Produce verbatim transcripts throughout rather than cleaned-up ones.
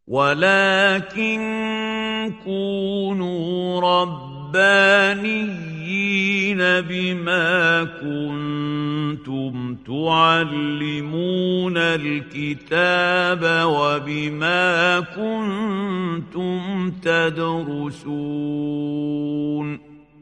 ولكن كونوا ربانيين بما كنتم تعلمون الكتاب وبما كنتم تدرسون.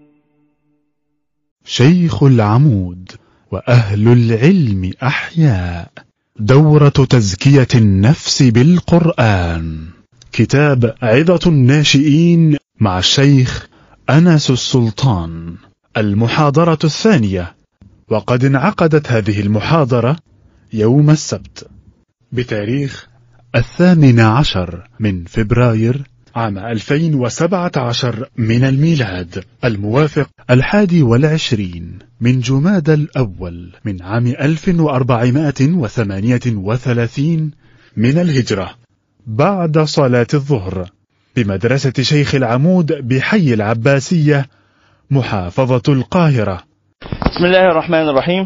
شيخ العمود وأهل العلم أحياء، دورة تزكية النفس بالقرآن، كتاب عظة الناشئين مع الشيخ أنس السلطان، المحاضرة الثانية. وقد انعقدت هذه المحاضرة يوم السبت بتاريخ الثامن عشر من فبراير عام ألفين وسبعة عشر من الميلاد، الموافق الحادي والعشرين من جماد الأول من عام ألف وأربعمائة وثمانية وثلاثين من الهجرة، بعد صلاة الظهر، بمدرسة شيخ العمود بحي العباسية، محافظة القاهرة. بسم الله الرحمن الرحيم.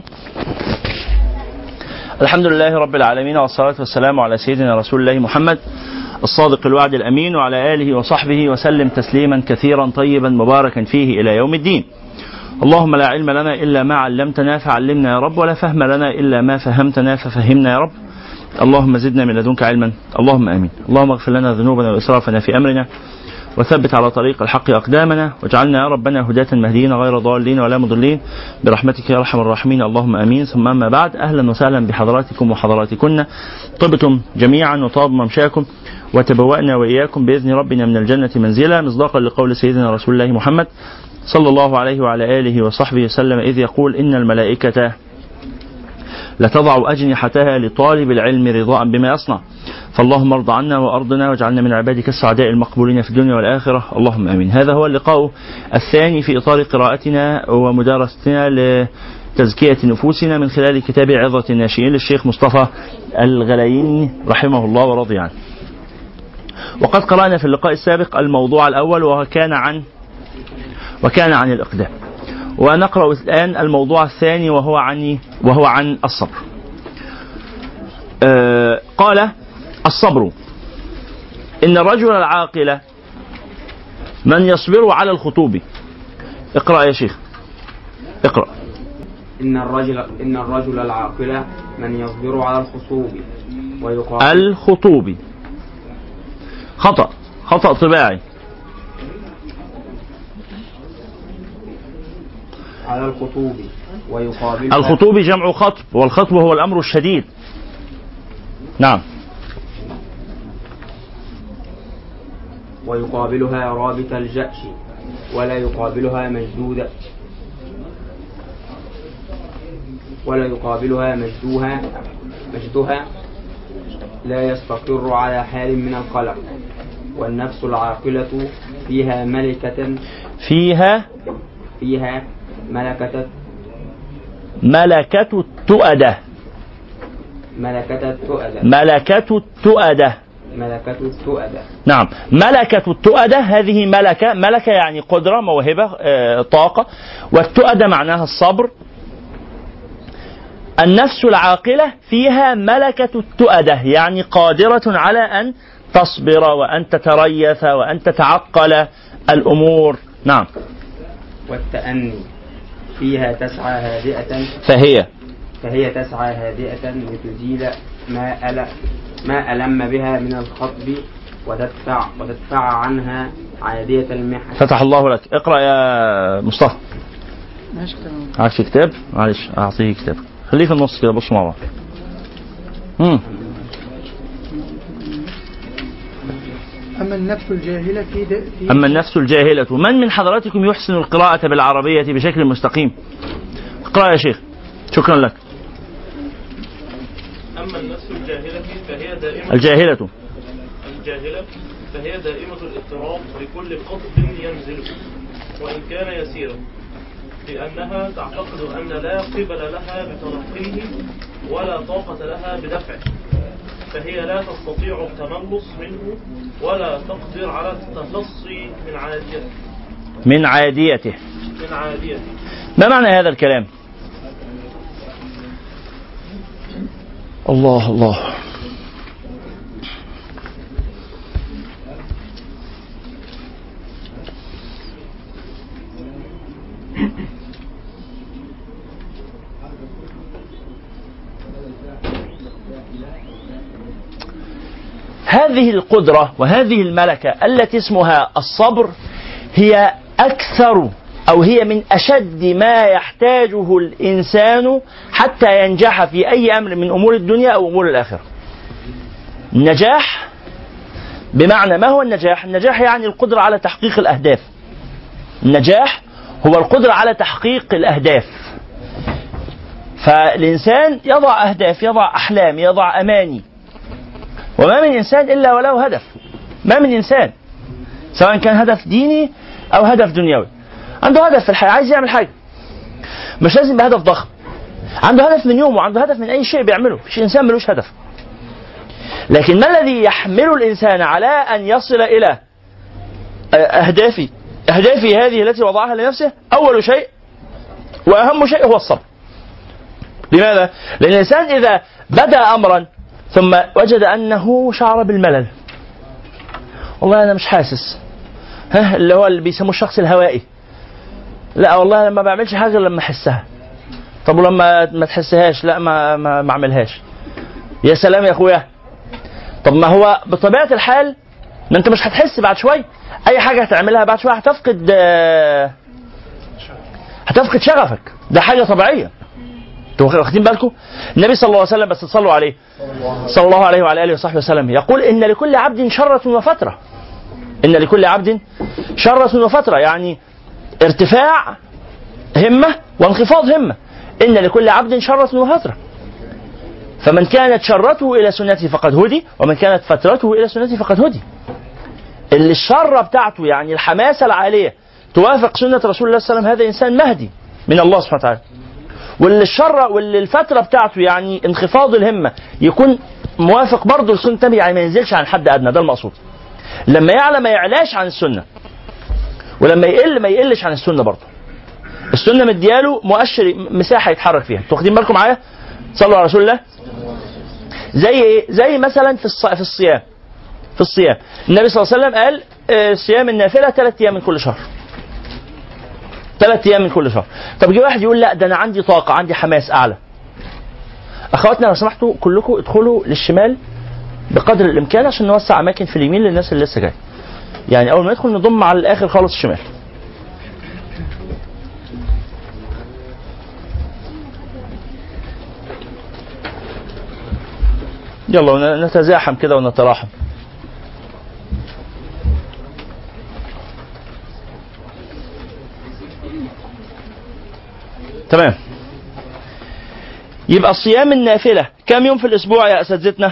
الحمد لله رب العالمين، والصلاة والسلام على سيدنا رسول الله محمد الصادق الوعد الأمين، وعلى آله وصحبه وسلم تسليما كثيرا طيبا مباركا فيه إلى يوم الدين. اللهم لا علم لنا إلا ما علمتنا فعلمنا يا رب، ولا فهم لنا إلا ما فهمتنا ففهمنا يا رب. اللهم زدنا من لدنك علما، اللهم آمين. اللهم اغفر لنا ذنوبنا وإسرافنا في أمرنا، وثبت على طريق الحق أقدامنا، واجعلنا يا ربنا هداة مهديين غير ضالين ولا مضلين برحمتك يا أرحم الراحمين، اللهم آمين. ثم أما بعد، أهلا وسهلا بحضراتكم وحضراتكن، طبتم جميعا وطاب ممشاكم، وتبوأنا وإياكم بإذن ربنا من الجنة منزلا، مصداقا لقول سيدنا رسول الله محمد صلى الله عليه وعلى آله وصحبه وسلم، إذ يقول: إن الملائكة لتضع أجنحتها لطالب العلم رضاء بما يصنع. فاللهم ارض عنا وأرضنا، واجعلنا من عبادك السعداء المقبولين في الدنيا والآخرة، اللهم آمين. هذا هو اللقاء الثاني في إطار قراءتنا ومدارستنا لتزكية نفوسنا من خلال كتاب عظة الناشئين للشيخ مصطفى الغلايني رحمه الله ورضي عنه. وقد قرأنا في اللقاء السابق الموضوع الأول وكان عن وكان عن الإقدام، ونقرأ الآن الموضوع الثاني وهو عن وهو عن الصبر. آه قال: الصبر إن الرجل العاقل من يصبر على الخطوب. اقرأ يا شيخ، اقرأ. إن الرجل إن الرجل العاقل من يصبر على الخطوب ويقابل الخطوب. خطأ خطأ طباعي. على الخطوب ويقابل الخطوب جمع خطب، والخطب هو الأمر الشديد. نعم. ويقابلها رابط الجأش ولا يقابلها مجدودة ولا يقابلها مجدوها مجدها لا يستقر على حال من القلق. والنفس العاقلة فيها ملكة فيها فيها ملكة ملكة التؤدة ملكة التؤدة ملكة التؤدة ملكة التؤدة نعم. ملكة التؤدة هذه ملكة، ملكة يعني قدرة، موهبة، آه، طاقة، والتؤدة معناها الصبر. النفس العاقلة فيها ملكة التؤدة، يعني قادرة على أن تصبر وأن تتريث وأن تتعقل الأمور. نعم. والتأني فيها تسعى هادئة فهي فهي تسعى هادئة لتزيل ما أل ما ألم بها من الخطب وتدفع وتدفع عنها عادية المحن. فتح الله لك. اقرأ يا مصطفى. عارف كتاب؟ معلش أعطيه كتاب، خليه في النص كده، بصوا مع بعض. امم أما النفس الجاهلة في, في أما النفس الجاهلة. من من حضراتكم يحسن القراءة بالعربية بشكل مستقيم؟ اقرأ يا شيخ، شكرا لك. أما النفس الجاهلة فهي دائمة الجاهلة الجاهلة فهي دائمة الاضطراب لكل خطب ينزل وإن كان يسيرا، لأنها تعتقد أن لا قبل لها بتلقيه ولا طاقة لها بدفعه، فهي لا تستطيع التملص منه ولا تقدر على التخلصي من عاديته من عاديته من عاديته ما معنى هذا الكلام؟ الله الله. هذه القدرة وهذه الملكة التي اسمها الصبر هي أكثر أو هي من أشد ما يحتاجه الإنسان حتى ينجح في أي أمر من أمور الدنيا أو أمور الآخرة. النجاح بمعنى، ما هو النجاح؟ النجاح يعني القدرة على تحقيق الأهداف. النجاح هو القدرة على تحقيق الأهداف. فالإنسان يضع أهداف، يضع أحلام، يضع أماني، وما من إنسان إلا وله هدف. ما من إنسان سواء كان هدف ديني أو هدف دنيوي عنده هدف في الحياة، عايز يعمل حاجة، مش لازم بهدف ضخم، عنده هدف من يومه، عنده هدف من أي شيء بيعمله. مفيش إنسان ملوش هدف. لكن ما الذي يحمل الإنسان على أن يصل إلى أهدافي أهدافي هذه التي وضعها لنفسه؟ أول شيء وأهم شيء هو الصبر. لماذا؟ لأن الإنسان إذا بدأ أمرا ثم وجد أنه شعر بالملل، والله أنا مش حاسس، ها اللي هو اللي بيسموه الشخص الهوائي، لا والله لما بعملش حاجة لما أحسها. طب ولما ما تحسهاش؟ لا ما ما, ما أعملهاش. يا سلام يا أخويا، طب ما هو بطبيعة الحال ما أنت مش هتحس بعد شوي. أي حاجة هتعملها بعد شوي هتفقد هتفقد شغفك، ده حاجة طبيعية. انتوا واخدين بالكم؟ النبي صلى الله عليه وسلم، بس تصلوا عليه صلى الله عليه وعلى آله وصحبه وسلم، يقول إن لكل عبد شرة وفترة. إن لكل عبد شرة وفترة، يعني ارتفاع همة وانخفاض همة. إن لكل عبد شرة وفترة، فمن كانت شرته إلى سنتي فقد هدي، ومن كانت فترته إلى سنتي فقد هدي. اللي الشرة بتاعته يعني الحماسة العالية توافق سنة رسول الله صلى الله عليه وسلم، هذا إنسان مهدي من الله سبحانه وتعالى. واللي الشرة واللي الفترة بتاعته يعني انخفاض الهمة يكون موافق برضه لسنة النبي، يعني ما ينزلش عن حد أدنى، ده المقصود. لما يعلى ما يعلاش عن السنة، ولما يقل ما يقلش عن السنة برضه. السنة مدياله مؤشر مساحة يتحرك فيها. انتوا واخدين بالكم معايا؟ صلوا على رسول الله. زي ايه؟ زي مثلا في في الصيام. في الصيام النبي صلى الله عليه وسلم قال آه صيام النافلة ثلاث أيام من كل شهر. ثلاث أيام من كل شهر. طب جه واحد يقول لا ده أنا عندي طاقة، عندي حماس أعلى. أخواتنا لو سمحتوا كلكم ادخلوا للشمال بقدر الإمكان عشان نوسع أماكن في اليمين للناس اللي لسه جاية. يعني أول ما ندخل نضم على الآخر خالص الشمال. يلا نتزاحم كده ونتراحم. تمام. يبقى الصيام النافلة كم يوم في الأسبوع يا أساتذتنا؟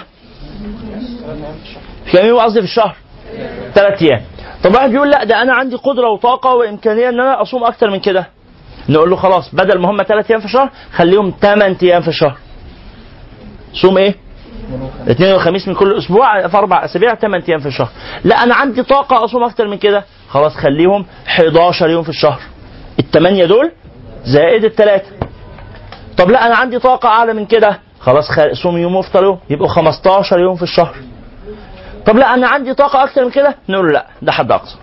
كم يوم قصدي في الشهر؟ ثلاث أيام. طب واحد يقول لا ده أنا عندي قدرة وطاقة وإمكانية إن أنا أصوم أكتر من كده. نقول له خلاص بدل ما هم ثلاث أيام في الشهر خليهم ثمان أيام في الشهر. صوم إيه؟ الاثنين والخميس من كل أسبوع في أربع أسابيع، ثمان أيام في الشهر. لا أنا عندي طاقة أصوم أكتر من كده، خلاص خليهم أحد عشر يوم في الشهر. الثمانية دول زائد الثلاثة. طب لا أنا عندي طاقة أعلى من كده، خلاص صوم يوم وافطر يوم، يبقوا خمسة عشر يوم في الشهر. طب لا أنا عندي طاقة أكتر من كده، نقول لا ده حد أقصى،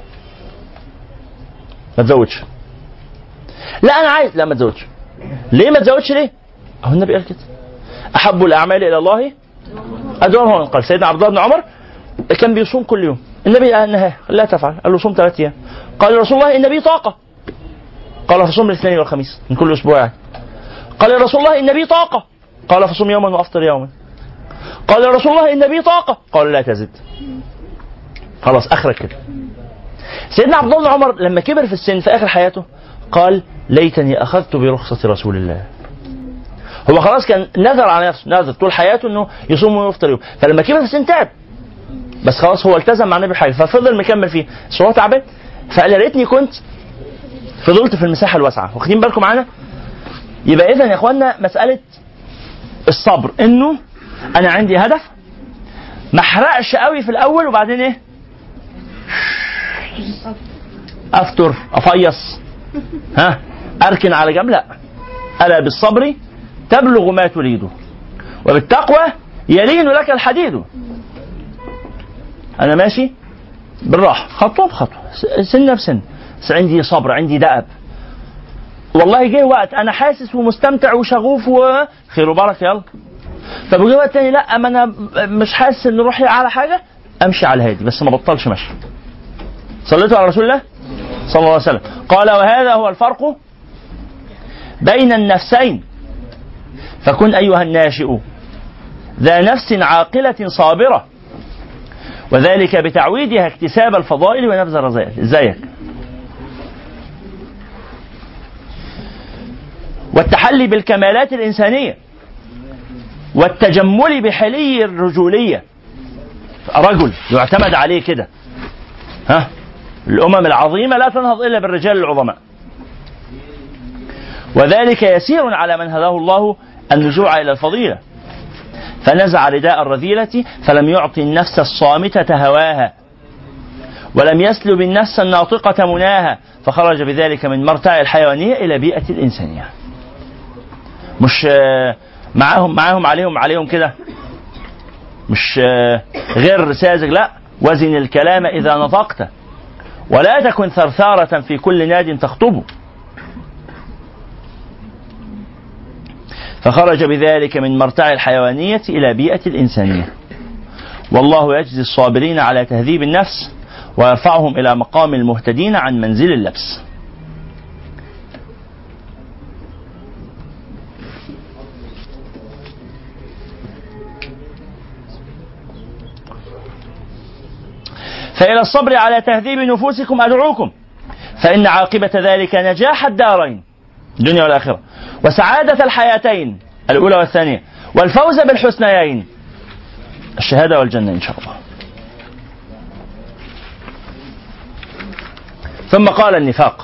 ما تزودش. لا أنا عايز، لا ما تزودش. ليه ما تزودش؟ ليه؟ أهو النبي قال كده أحب الأعمال إلى الله أدومها. قال سيدنا عبد الله بن عمر كان بيصوم كل يوم، النبي قال نهاه لا تفعل، قال له صوم ثلاث أيام. قال رسول الله إن بي طاقة، قال فصوم الاثنين والخميس من كل أسبوع يعني. قال يا رسول الله إن بي طاقة، قال فصوم يوما وأفطر يوما. قال يا رسول الله إن بي طاقة، قال لا تزد. خلاص آخرك كده. سيدنا عبد الله بن عمر لما كبر في السن في آخر حياته قال ليتني أخذت برخصة رسول الله. هو خلاص كان نذر على نفسه، نذر طول حياته إنه يصوم ويفطر يوم، فلما كبر في السن تعب، بس خلاص هو التزم مع النبي حاجة ففضل مكمل فيه، بس هو تعبان فقال يا ريتني كنت فضلت في المساحة الواسعة. واخدين بالكم معانا؟ يبقى إذن يا إخواننا مسألة الصبر إنه أنا عندي هدف ما احرقش قوي في الأول وبعدين إيه؟ أفتر أفيص ها أركن على جنب، لا. ألا بالصبر تبلغ ما تريد وبالتقوى يلين لك الحديد. أنا ماشي بالراحة خطوة بخطوة سنة بسنة، بس عندي صبر، عندي دأب. والله جه وقت انا حاسس ومستمتع وشغوف وخير وبركه يلا. طب وجه وقت تاني لا، ما انا مش حاسس ان روحي على حاجه، امشي على الهادي بس ما بطلش مشي. صليتوا على رسول الله صلى الله عليه وسلم. قال وهذا هو الفرق بين النفسين، فكن ايها الناشئ ذا نفس عاقله صابره، وذلك بتعويدها اكتساب الفضائل ونبذ الرذائل. ازيك؟ والتحلي بالكمالات الإنسانية والتجمل بحلي الرجولية. رجل يعتمد عليه كده. ها؟ الأمم العظيمة لا تنهض إلا بالرجال العظماء، وذلك يسير على من هداه الله النزوع إلى الفضيلة، فنزع رداء الرذيلة فلم يعطي النفس الصامتة هواها، ولم يسلب النفس الناطقة مناها، فخرج بذلك من مرتع الحيوانية إلى بيئة الإنسانية. مش معاهم معاهم عليهم عليهم كده، مش غير ساذج، لا، وزن الكلام إذا نطقت، ولا تكن ثرثارة في كل ناد تخطبه. فخرج بذلك من مرتع الحيوانية إلى بيئة الإنسانية. والله يجزي الصابرين على تهذيب النفس ويرفعهم إلى مقام المهتدين عن منزل اللبس. فإلى الصبر على تهذيب نفوسكم أدعوكم، فإن عاقبة ذلك نجاح الدارين الدنيا والآخرة، وسعادة الحياتين الأولى والثانية، والفوز بالحسنيين الشهادة والجنة إن شاء الله. ثم قال النفاق: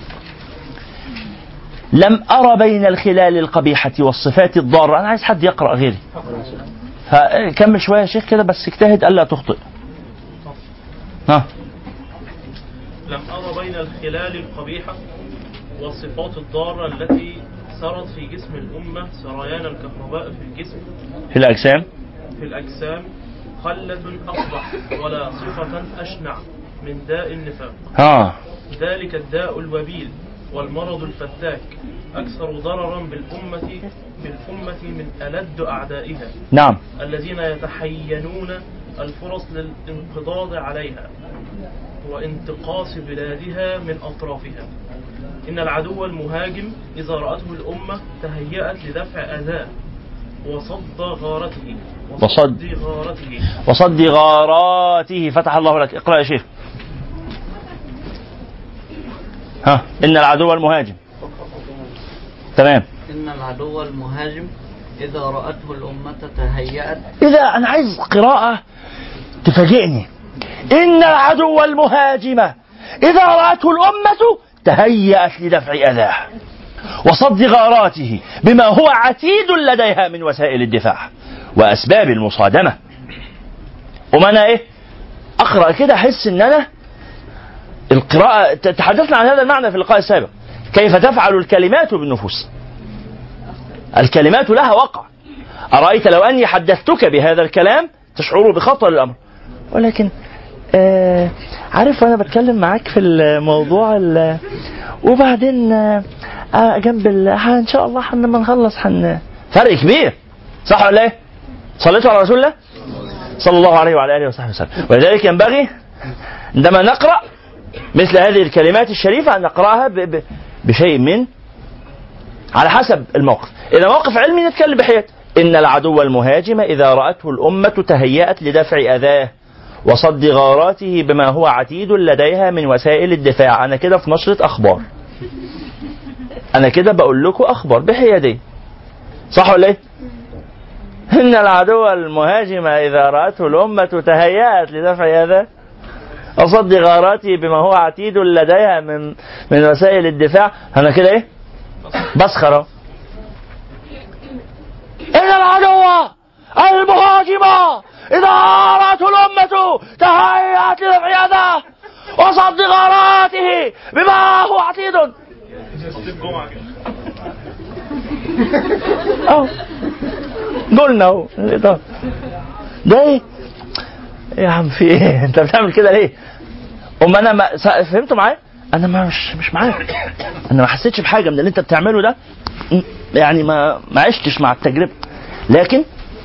لم أرى بين الخلال القبيحة والصفات الضارة. أنا عايز حد يقرأ غيري، فكمل شوية يا شيخ كده بس اجتهد ألا تخطئ. ها. لم أرى بين الخلال القبيحة والصفات الضارة التي سرت في جسم الأمة سريان الكهرباء في الجسم في الأجسام في الأجسام خلة أقبح ولا صفة أشنع من داء النفاق. ها. ذلك الداء الوبيل والمرض الفتاك أكثر ضررا بالأمة بالأمة من ألد أعدائها. نعم. الذين يتحينون الفرص للانقضاض عليها وانتقاص بلادها من أطرافها. إن العدو المهاجم إذا رأته الأمة تهيأت لدفع أذاه وصد غارته وصد غارته وصد غاراته. فتح الله لك. اقرأ يا شيخ. ها. إن العدو المهاجم. تمام. إن العدو المهاجم إذا رأته الأمة تهيأت. إذا أنا عايز قراءة تفاجئني. إن العدو المهاجم إذا رأته الأمة تهيأت لدفع أذاه وصد غاراته بما هو عتيد لديها من وسائل الدفاع وأسباب المصادمة. وما أنا إيه أقرأ كده أحس إن أنا القراءة. تحدثنا عن هذا المعنى في اللقاء السابق، كيف تفعل الكلمات بالنفوس. الكلمات لها وقع. أرأيت لو أني حدثتك بهذا الكلام تشعر بخطر الأمر، ولكن آه عارف وأنا بتكلم معاك في الموضوع وبعدين آه جنب إن شاء الله لما نخلص حن فرق كبير. صح ولا إيه؟ صليتوا على رسول الله صلى الله عليه وعلى آله وصحبه وسلم. ولذلك ينبغي عندما نقرأ مثل هذه الكلمات الشريفة أن نقرأها بشيء من على حسب الموقف. إذا موقف علمي نتكلم بحياة. إن العدو المهاجم إذا رأته الأمة تهيأت لدفع أذاه وصد غاراته بما هو عتيد لديها من وسائل الدفاع. أنا كده في نشرة أخبار، أنا كده بقول لكم أخبار بحيادية. صح ولا إيه؟ إن العدو المهاجم إذا رأته الأمة تهيأت لدفع أذاه وصد غاراته بما هو عتيد لديها من من وسائل الدفاع. أنا كده إيه؟ بسخرة. إن العدو المهاجم إذا رأته الأمة تهيأت لدفع أذاه وصد غاراته بما هو عتيد. أو قلنا أهو ده إيه يا عم؟ في إيه؟ أنت بتعمل كده ليه؟ أم أنا ما فهمتوا معايا؟ انا ما مش مش معاك، انا ما حسيتش بحاجه من اللي انت بتعمله ده، يعني ما ما عشتش مع التجربه. لكن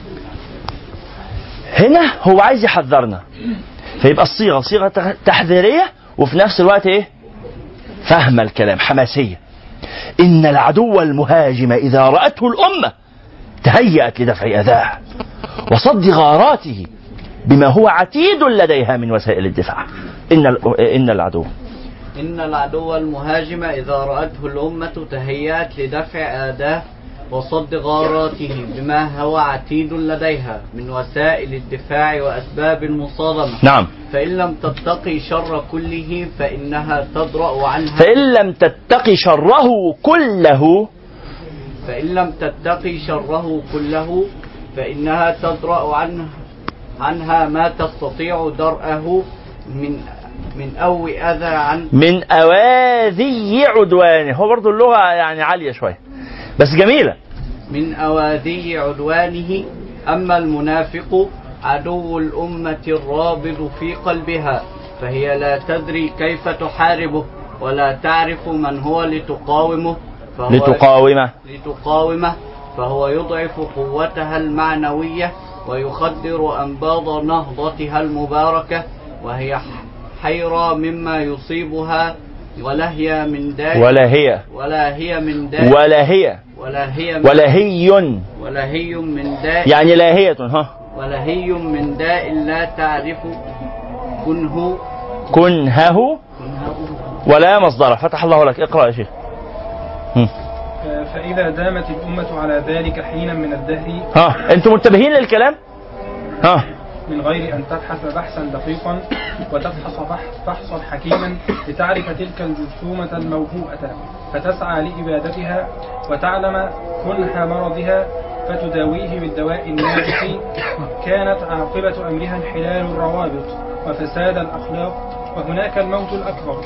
هنا هو عايز يحذرنا، فيبقى الصيغه صيغه تحذيريه وفي نفس الوقت ايه؟ فهم الكلام، حماسيه. ان العدو المهاجم اذا راته الامه تهيأت لدفع اذاه وصد غاراته بما هو عتيد لديها من وسائل الدفاع. ان ان العدو إن العدو المهاجم إذا رأته الأمة تهيأت لدفع آداه وصد غاراته بما هو عتيد لديها من وسائل الدفاع وأسباب المصادمة. نعم. فإن لم تتقي شر كله فإنها تدرأ عنها فإن لم تتقي شره كله فإن لم تتقي شره كله فإنها تدرأ عنها عنها ما تستطيع درءه من من أو أذى عن من أواذي عدوانه. هو برضو اللغة يعني عالية شوية بس جميلة. من أواذي عدوانه. أما المنافق عدو الأمة الرابض في قلبها فهي لا تدري كيف تحاربه ولا تعرف من هو لتقاومه فهو لتقاومه لتقاومه فهو يضعف قوتها المعنوية ويخدر أنباض نهضتها المباركة وهي حيرى مما يصيبها ولا هي من داء ولا هي ولا هي من داء ولا هي ولا هي من ولا هي ولا هي من داء يعني لاهية ها ولا هي من داء لا تعرف كنه كنهه ولا مصدره. فتح الله لك. اقرأ يا شيخ. فإذا دامت الأمة على ذلك حينا من الدهر. ها انتم منتبهين للكلام؟ ها من غير أن تبحث بحثا دقيقا وتفحص فحصا حكيما لتعرف تلك الجرثومة الموهوءة فتسعى لإبادتها وتعلم كنه مرضها فتداويه بالدواء النافع، كانت عاقبة أمرها انحلال الروابط وفساد الأخلاق وهناك الموت الأكبر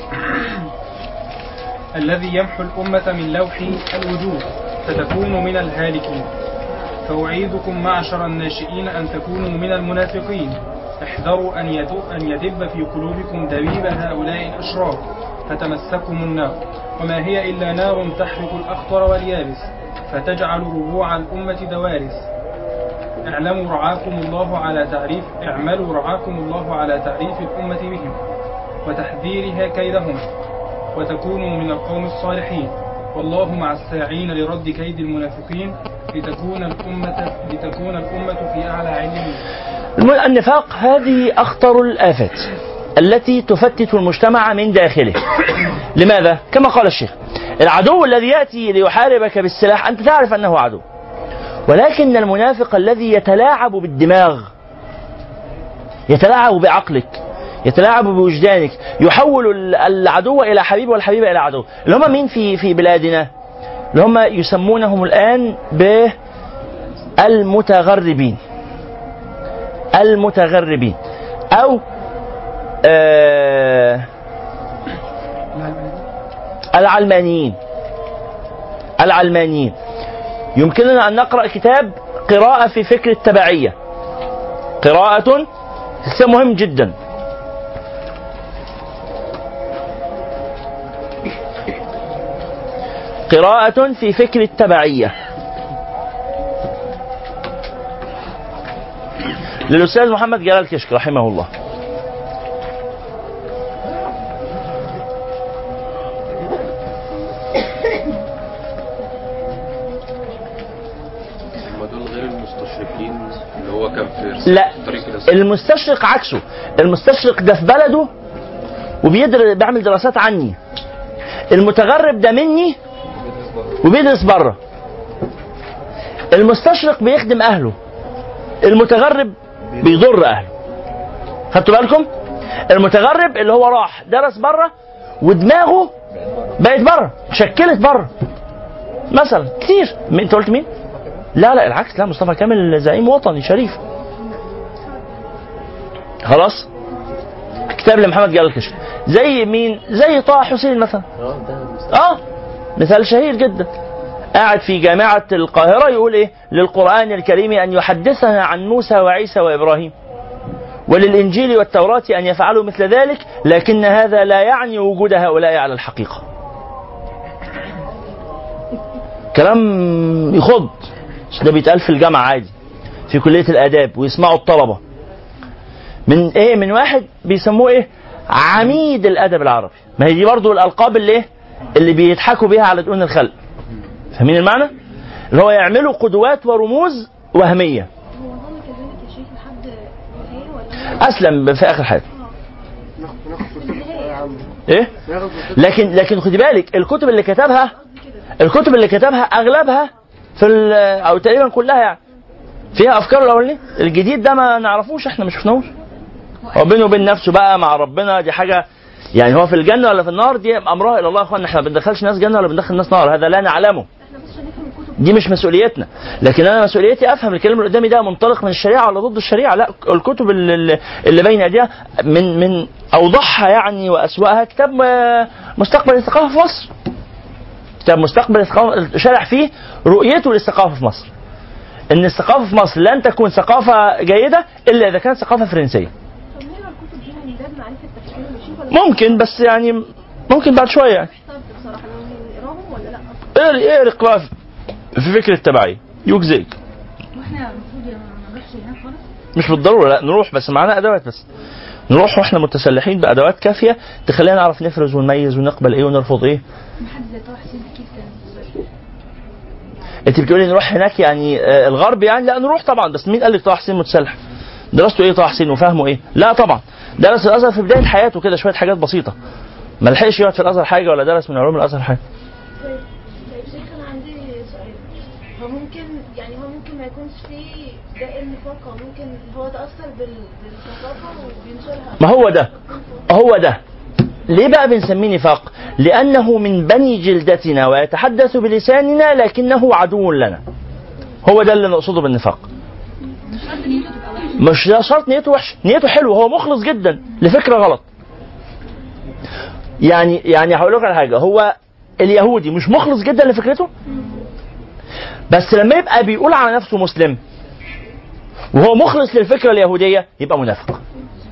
الذي يمحو الأمة من لوح الوجود فتكون من الهالكين. فأعيدكم معشر الناشئين أن تكونوا من المنافقين. احذروا أن يدب في قلوبكم دبيب هؤلاء الأشرار فتمسكم النار وما هي إلا نار تحرق الأخضر واليابس فتجعل ربوع الأمة دوارس. اعلموا رعاكم الله على تعريف اعملوا رعاكم الله على تعريف الأمة بهم وتحذيرها كيدهم وتكونوا من القوم الصالحين والله مع الساعين لرد كيد المنافقين لتكون الأمة لتكون الأمة في أعلى علمين. النفاق هذه أخطر الآفات التي تفتت المجتمع من داخله. لماذا؟ كما قال الشيخ العدو الذي يأتي ليحاربك بالسلاح أنت تعرف أنه عدو، ولكن المنافق الذي يتلاعب بالدماغ يتلاعب بعقلك يتلاعب بوجدانك يحول العدو إلى حبيب والحبيب إلى عدو. اللي هم مين في في بلادنا؟ اللي هم يسمونهم الآن بالمتغربين المتغربين أو آه العلمانيين العلمانيين. يمكننا أن نقرأ كتاب قراءة في فكر التبعية. قراءة كتاب مهم جدا. قراءة في فكر التبعية للأستاذ محمد جلال كشك رحمه الله. اللي هو كان في لا المستشرق عكسه. المستشرق ده في بلده وبيدرس بيعمل دراسات عني. المتغرب ده مني وبيدرس بره. المستشرق بيخدم اهله، المتغرب بيضر اهله. خدتوا بالكم؟ المتغرب اللي هو راح درس بره ودماغه بقت بره، شكلت بره مثلا كتير. انت قلت مين؟ لا لا العكس، لا مصطفى كامل زعيم وطني شريف. خلاص كتاب لمحمد جلال الكشك. زي مين؟ زي طه حسين مثلا. اه مثال شهير جدا. قاعد في جامعة القاهرة يقول ايه؟ للقرآن الكريم ان يحدثنا عن موسى وعيسى وابراهيم وللإنجيل والتوراة أن يفعلوا مثل ذلك، لكن هذا لا يعني وجود هؤلاء على الحقيقة. كلام يخض، ده بيتقال في الجامعة عادي، في كلية الآداب، ويسمعوا الطلبة من إيه؟ من واحد بيسموه إيه؟ عميد الأدب العربي. ما هي دي برضو الألقاب اللي إيه؟ اللي بيضحكوا بيها على دقون الخلق. فاهمين المعنى؟ اللي هو يعملوا قدوات ورموز وهمية. أسلم في آخر حياته. إيه؟ لكن لكن خدي بالك الكتب اللي كتبها الكتب اللي كتبها أغلبها في أو تقريبا كلها يعني فيها أفكار الأولانية. الجديد ده ما نعرفوش، إحنا ما شفناهوش. هو بينه وبين نفسه بقى مع ربنا، دي حاجة يعني. هو في الجنة ولا في النار دي أمرها إلى الله يا إخوانا. إحنا ما بندخلش ناس جنة ولا بندخل ناس نار، هذا لا نعلمه، دي مش مسؤوليتنا. لكن أنا مسؤوليتي أفهم الكلام اللي قدامي ده منطلق من الشريعة ولا ضد الشريعة. لا، الكتب اللي, اللي بين أيديها من من أوضحها يعني وأسوأها كتاب مستقبل الثقافة في مصر. كتاب مستقبل الثقافة شرح فيه رؤيته للثقافة في مصر، إن الثقافة في مصر لن تكون ثقافة جيدة إلا إذا كانت ثقافة فرنسية. ممكن، بس يعني ممكن بعد شوية يعني. اقري اقري اقرا في فكرة التبعية يجزيك. واحنا المفروض ما نروحش هناك خالص؟ مش بالضرورة، لا نروح بس معانا أدوات، بس نروح واحنا متسلحين بأدوات كافية تخلينا نعرف نفرز ونميز ونقبل ايه ونرفض ايه. محد زي طه حسين اكيد كان. انت بتقولي نروح هناك يعني آه الغرب يعني؟ لا نروح طبعا، بس مين قال لك طه حسين متسلح؟ درسته ايه طه حسين وفهمه ايه؟ لا طبعا، درس الازهر في بداية حياته كده شوية حاجات بسيطة، ما لحقش يقعد في الازهر حاجة ولا درس من علوم الازهر حاجة. طيب طيب شيخ، انا عندي سؤال. هو ممكن يعني هو ممكن ما يكونش فيه ده النفاق، ممكن هو تأثر بالثقافة وبينشرها. ما هو ده هو ده ليه بقى بنسميه نفاق؟ لأنه من بني جلدتنا ويتحدث بلساننا لكنه عدو لنا. هو ده اللي نقصده بالنفاق. مش ده شرط نيته وحش، نيته حلوه، هو مخلص جدا لفكرة غلط. يعني يعني هقول لك على حاجة، هو اليهودي مش مخلص جدا لفكرته، بس لما يبقى بيقول على نفسه مسلم وهو مخلص للفكرة اليهودية يبقى منافق.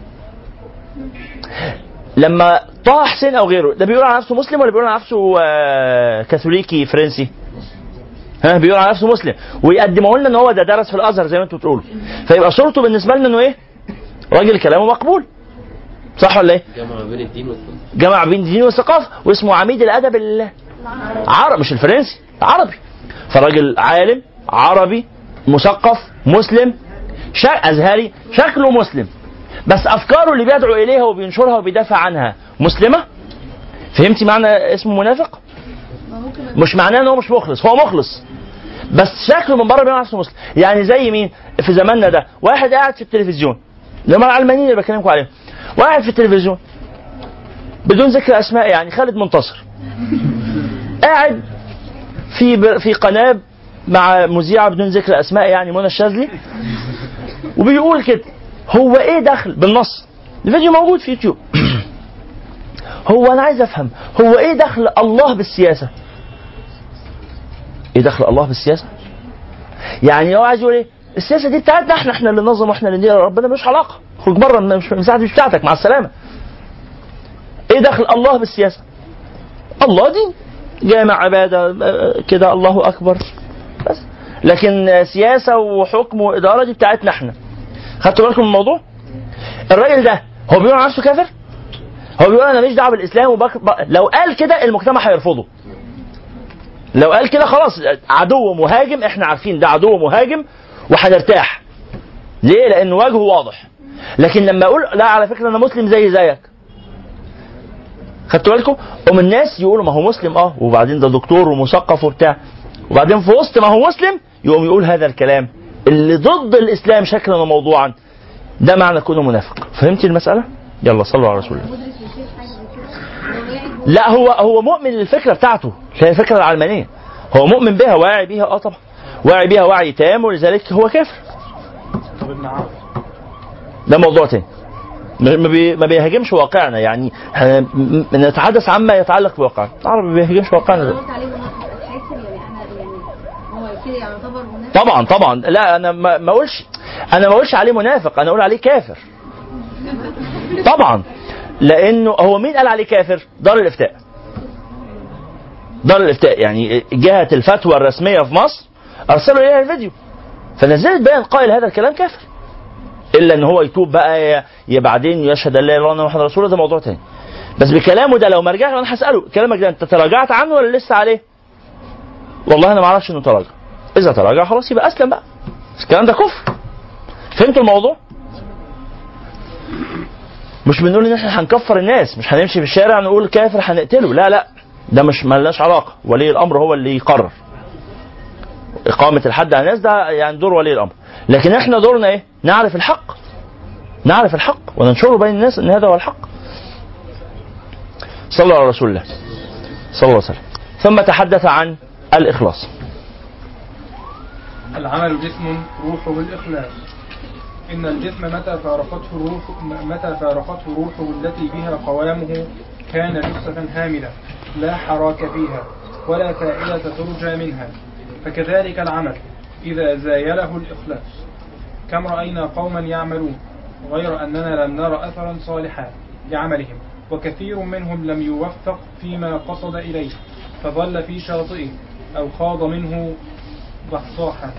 لما طه حسين او غيره ده بيقول على نفسه مسلم ولا بيقول على نفسه آه كاثوليكي فرنسي؟ ها، بيقول على نفسه مسلم ويقدموا لنا ان هو ده درس في الازهر زي ما انتم بتقولوا، فيبقى صورته بالنسبه لنا انه ايه؟ راجل كلامه مقبول، صح ولا ايه؟ جمع بين الدين والثقافه، جمع بين الدين والثقافه، واسمه عميد الادب العربي مش الفرنسي، عربي. فراجل عالم عربي مثقف مسلم شا... ازهري، شكله مسلم، بس افكاره اللي بيدعو اليها وبينشرها وبيدافع عنها مسلمه. فهمتي معنى اسمه منافق؟ مش معناه ان هو مش مخلص، هو مخلص بس شكله من بره بيعمل نفسه مسلم. يعني زي مين في زماننا ده؟ واحد قاعد في التلفزيون، لما العلمانيين اللي بكلمكم عليهم، واحد في التلفزيون بدون ذكر اسماء، يعني خالد منتصر قاعد في في قناه مع مذيعه بدون ذكر اسماء يعني منى الشاذلي، وبيقول كده هو ايه دخل بالنص، الفيديو موجود في يوتيوب. هو انا عايز افهم هو ايه دخل الله بالسياسه؟ ايه دخل الله بالسياسه؟ يعني هو عايز يقول ايه؟ السياسه دي بتاعتنا احنا، احنا اللي ننظم واحنا اللي ندير، ربنا مش علاقه، خرج بره المساحه مش بتاعتك، مع السلامه. ايه دخل الله بالسياسه؟ الله دين جامع عباده كده، الله اكبر بس، لكن سياسه وحكم واداره دي بتاعتنا احنا. خدتوا بالكم من الموضوع؟ الراجل ده هو بيقول على نفسه كافر؟ هو بيقول انا ماليش دعوه بالاسلام وبك... لو قال كده المجتمع هيرفضه. لو قال كده خلاص عدو مهاجم، احنا عارفين ده عدو مهاجم وهنرتاح. ليه؟ لان وجهه واضح. لكن لما اقول لا على فكره انا مسلم زي زيك، خدتوا بالكم؟ ومن الناس يقولوا ما هو مسلم اه وبعدين ده دكتور ومثقف وبتاع، وبعدين في وسط ما هو مسلم يقوم يقول هذا الكلام اللي ضد الاسلام شكلا وموضوعا. ده معنى كونه منافق. فهمتي المساله؟ يلا صلوا على رسول الله. لا هو هو مؤمن للفكره بتاعته، هي الفكره العلمانيه، هو مؤمن بها واعي بيها اه طبعا، واعي بيها وعي تام، ولذلك هو كافر. ده موضوع تاني، ما بي ما بيهاجمش واقعنا، يعني نتحدث عما يتعلق بواقعنا. العرب ما بيهاجمش واقعنا. طبعا طبعا لا انا ما اقولش انا ما اقولش عليه منافق، انا اقول عليه كافر. طبعا، لانه هو مين قال عليه كافر؟ دار الافتاء. دار الافتاء يعني جهة الفتوى الرسمية في مصر ارسلوا اليها الفيديو، فنزلت بيان قائل هذا الكلام كافر، الا ان هو يتوب بقى يا بعدين يشهد ان لا اله الا الله محمد رسول الله، ده موضوع تاني. بس بكلامه ده لو ما رجعش انا هساله كلامك ده انت تراجعت عنه ولا لسه عليه؟ والله انا ما اعرفش انه تراجع. اذا تراجع خلاص يبقى اسلم بقى. الكلام ده كفر. فهمت الموضوع؟ مش بنقول ان احنا هنكفر الناس، مش هنمشي في الشارع نقول كافر هنقتله، لا لا، ده مش مالناش علاقه، ولي الامر هو اللي يقرر. اقامه الحد على الناس ده يعني دور ولي الامر، لكن احنا دورنا ايه؟ نعرف الحق. نعرف الحق وننشره بين الناس ان هذا هو الحق. صلى على رسول الله صلى الله عليه وسلم. ثم تحدث عن الإخلاص. العمل جسم روحه الإخلاص. إن الجسم متى فارقته الروح متى فارقته روحه التي بها قوامه كان جثة هاملة لا حراك فيها ولا فائدة ترجى منها، فكذلك العمل إذا زايله الإخلاص. كم رأينا قوما يعملون غير أننا لم نرى أثرا صالحا لعملهم، وكثير منهم لم يوفق فيما قصد إليه فظل في شاطئه أو خاض منه ضحضاحا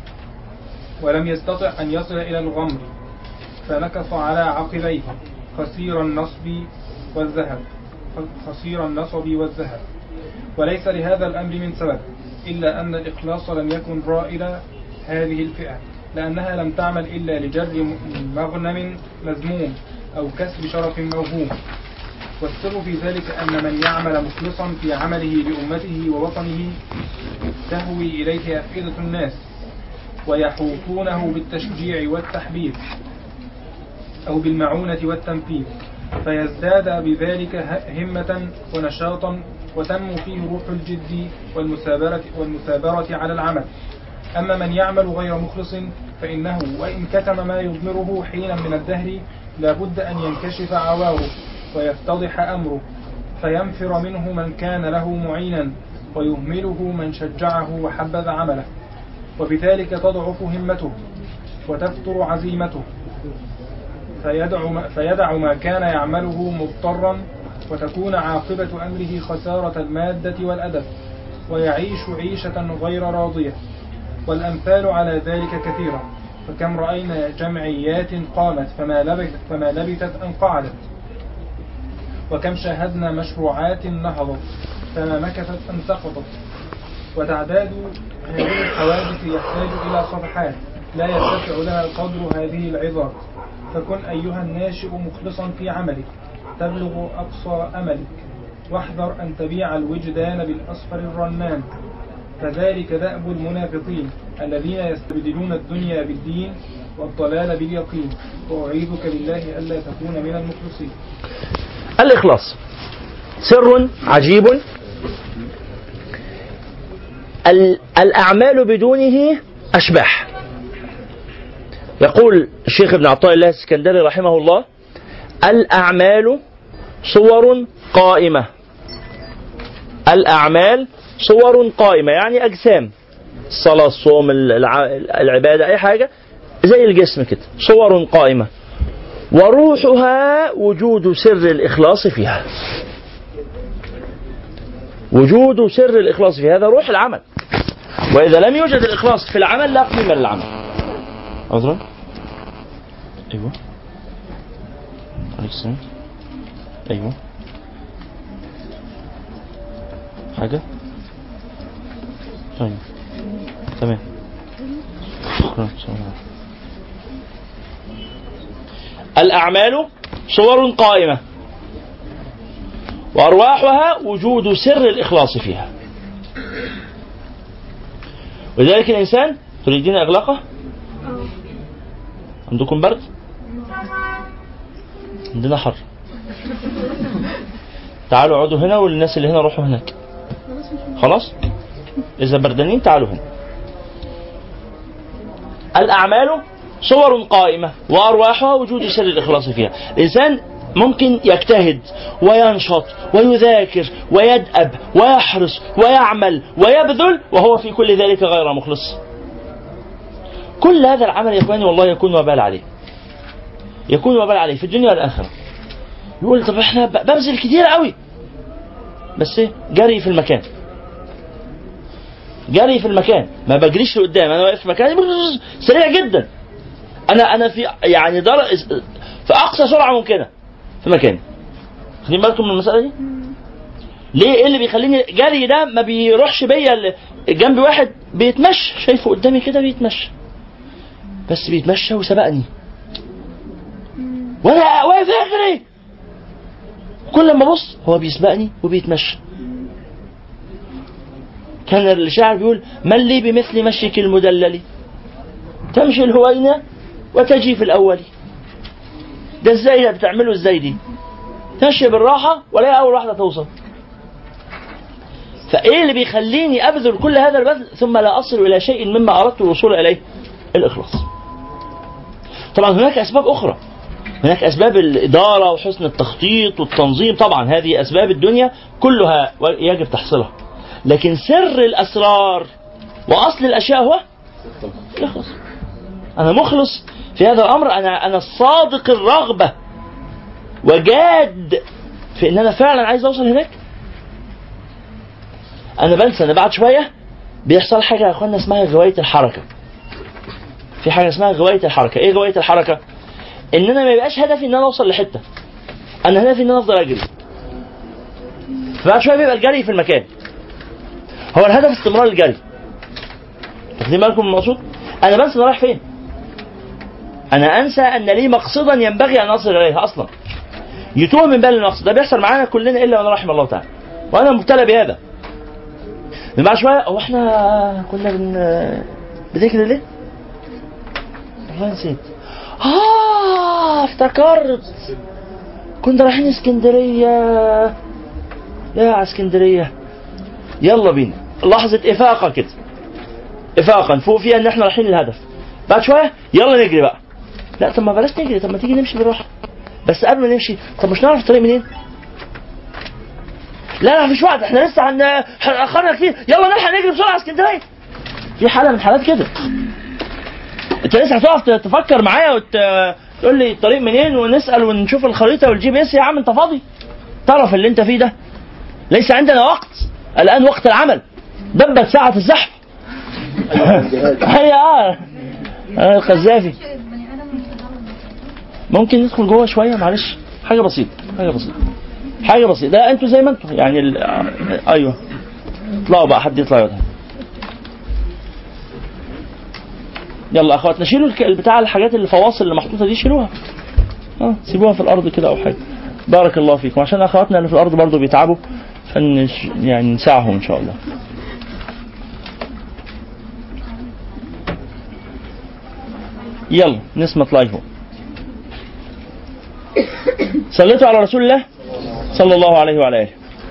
ولم يستطع أن يصل إلى الغمر فنكص على عقبيه خسير النصب والذهب خسير النصب والذهب. وليس لهذا الأمر من سبب إلا أن الإخلاص لم يكن رائد هذه الفئة، لأنها لم تعمل إلا لجر مغنم مذموم أو كسب شرف موهوم. والسر في ذلك أن من يعمل مخلصا في عمله لأمته ووطنه تهوي إليه أفئدة الناس ويحوطونه بالتشجيع والتحبيب أو بالمعونة والتنفيذ، فيزداد بذلك همة ونشاطا وتنمو فيه روح الجد والمثابرة, والمثابرة على العمل. أما من يعمل غير مخلص فإنه وإن كتم ما يضمره حينا من الدهر لابد أن ينكشف عواره ويفتضح أمره فينفر منه من كان له معينا ويهمله من شجعه وحبذ عمله، وبذلك تضعف همته وتفتر عزيمته فيدع ما, فيدع ما كان يعمله مضطرا وتكون عاقبة أمره خسارة المادة والأدب ويعيش عيشة غير راضية. والأمثال على ذلك كثيرة، فكم رأينا جمعيات قامت فما لبثت, فما لبثت أن قعدت، وكم شاهدنا مشروعات نهضت فما مكثت أن سقطت. وتعداد هذه الحوادث يحتاج إلى صفحات لا يتسع لها قدر هذه العظات. فكن أيها الناشئ مخلصا في عملك تبلغ أقصى أملك، واحذر أن تبيع الوجدان بالأصفر الرنان، فذلك دأب المنافقين الذين يستبدلون الدنيا بالدين والضلال باليقين. وأعيذك بالله ألا تكون من المخلصين. الإخلاص سر عجيب، الأعمال بدونه أشباح. يقول الشيخ ابن عطاء الله السكندري رحمه الله: الأعمال صور قائمة. الأعمال صور قائمة يعني أجسام، الصلاة، الصوم، العبادة، أي حاجة زي الجسم كده، صور قائمة، وروحها وجود سر الإخلاص فيها. وجود سر الإخلاص فيها هذا روح العمل، وإذا لم يوجد الإخلاص في العمل لا قيمة للعمل. أضرب أيوة عليك أيوة حاجة طيب تمام. الأعمال صور قائمة وأرواحها وجود سر الإخلاص فيها. ولذلك الإنسان تريدين إغلاقه؟ عندكم برد؟ عندنا حر. تعالوا اقعدوا هنا والناس اللي هنا روحوا هناك. خلاص؟ إذا بردانين تعالوا هنا. الأعمال صور قائمة وأرواحها وجود سر الإخلاص فيها. الإنسان ممكن يجتهد وينشط ويذاكر ويدأب ويحرص ويعمل ويبذل وهو في كل ذلك غير مخلص. كل هذا العمل يا إخواني والله يكون وبال عليه، يكون وبال عليه في الدنيا والآخرة. يقول طب احنا ببذل كتير قوي، بس ايه جري في المكان، جري في المكان، ما بجريش لقدام، انا واقف في مكاني سريع جدا، انا انا في يعني در... في اقصى سرعه ممكنه في مكاني. خدين بالكم من المساله دي؟ ليه؟ ايه اللي بيخليني جري ده ما بيروحش بيا جنبي؟ واحد بيتمشى شايفه قدامي كده بيتمشى، بس بيتمشى وسبقني وانا واقف اجري، كل ما ابص هو بيسبقني وبيتمشى. كان الشاعر بيقول من لي بمثل مشيك المدلل تمشي الهوينة وتجي في الأول. ده ازاي بتعمله؟ ازاي دي تمشي بالراحة ولا أول واحدة توصل؟ فايه اللي بيخليني ابذل كل هذا البذل ثم لا اصل الى شيء مما اردت الوصول اليه؟ الاخلاص. طبعا هناك اسباب اخرى، هناك اسباب الاداره وحسن التخطيط والتنظيم، طبعا هذه اسباب الدنيا كلها يجب تحصيلها، لكن سر الاسرار واصل الاشياء هو الاخلاص. انا مخلص في هذا الامر، انا انا الصادق الرغبه وجاد في ان انا فعلا عايز اوصل هناك. انا بنسى ان بعد شويه بيحصل حاجه يا اخوانا اسمها غوايه الحركه. في حاجه اسمها غوايه الحركه. ايه غوايه الحركه؟ ان انا ما يبقاش هدفي ان انا اوصل لحته، انا هدفي ان انا افضل اجري. فبعد شويه بيبقى الجري في المكان هو الهدف، استمرار الجري. واخدين بالكم من المقصود؟ انا بنسى انا رايح فين، انا انسى ان لي مقصدا ينبغي ان اصل اليه اصلا. يتوه من بالي المقصد. ده بيحصل معانا كلنا الا من رحم الله تعالى، وانا مبتلى بهذا. من بعد شويه هو احنا كنا بن بذكر ليه؟ والله نسيت. اه افتكرت كنا رايحين اسكندريه. يا على اسكندريه، يلا بينا. لحظه افاقه كده، افاقه نفوق فيها ان احنا رايحين للهدف. بعد شويه يلا نجري بقى. لا طب ما بلاش نجري، طب ما تيجي نمشي بالراحه. بس قبل ما نمشي طب مش نعرف الطريق منين؟ لا لا مفيش وقت، احنا لسه هن اخرنا كتير، يلا نلحق نجري بسرعه على اسكندريه. في حاله من حالات كده، انت لسه هتقف تفكر معايا وتقول لي الطريق منين ونسال ونشوف الخريطه والجي بي اس؟ يا عم انت فاضي؟ تعرف اللي انت فيه ده ليس عندنا وقت، الان وقت العمل، دبت ساعه الزحف. هي اه القذافي ممكن ندخل جوه شويه، معلش حاجه بسيطه حاجه بسيطه حاجه بسيطه. ده انتوا زي ما انتوا يعني ال... ايوه اطلعوا بقى، حد يطلع يقعد. يلا اخواتنا شيلوا البتاع، الحاجات اللي فواصل اللي محطوطه دي شيلوها، اه سيبوها في الارض كده او حاجه. بارك الله فيكم، عشان اخواتنا اللي في الارض برضو بيتعبوا، فن يعني نساعهم ان شاء الله. يلا نسمة لايف. صليتوا على رسول الله صلى الله عليه وعلى آله.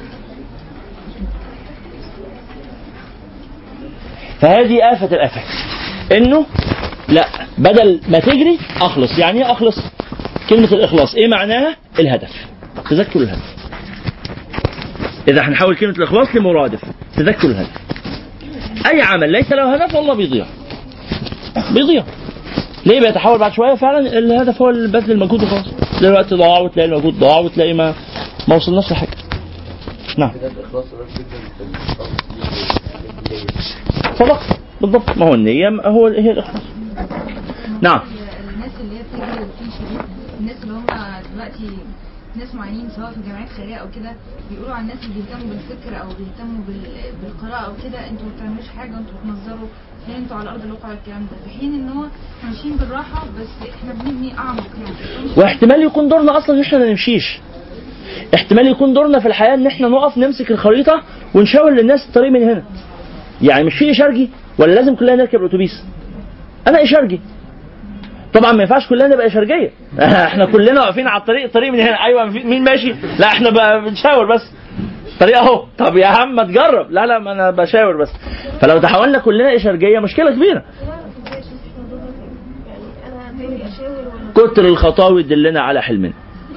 فهذه آفة الآفات، إنه لا بدل ما تجري أخلص. يعني إيه أخلص؟ كلمة الإخلاص إيه معناها؟ الهدف، تذكر الهدف. إذا هنحول كلمة الإخلاص لمرادف، تذكر الهدف. أي عمل ليس له هدف والله بيضيع بيضيع. ليه؟ بيتحول بعد شويه فعلا الهدف هو بذل المجهود وخلاص، تلاقي الوقت ضاع وتلاقي المجهود ضاع وتلاقي ما ما وصلناش لحاجه. نعم صدق بالضبط، ما هو النيه هو هي الاخلاص. نعم. الناس اللي هي بتجري وبتمشي، الناس اللي هم دلوقتي ناس معينين سواء في الجامعات الخيريه او كده، بيقولوا عن الناس اللي بيهتموا بالفكر او بيهتموا بالقراءه او كده انتوا ما بتعملوش حاجه، انتوا بتنظروا فين، انتوا على ارض الواقع الكلام ده، في حين ان هو ماشيين بالراحه بس احنا بنبني اعمق يعني. واحتمال يكون دورنا اصلا ان احنا ما نمشيش، احتمال يكون دورنا في الحياه ان احنا نقف نمسك الخريطه ونشاور للناس الطريق من هنا. يعني مش في اشارجي ولا لازم كلنا نركب الاتوبيس؟ انا اشارجي طبعا، ما ينفعش كلنا نبقى اشارجيه. احنا كلنا واقفين على الطريق، الطريق من هنا، ايوه مين ماشي؟ لا احنا بنشاور بس، الطريق اهو. طب يا عم ما تجرب. لا لا ما انا بشاور بس. فلو تحولنا كلنا اشارجيه مشكله كبيره. كتر الخطاوي دلنا على حلمنا.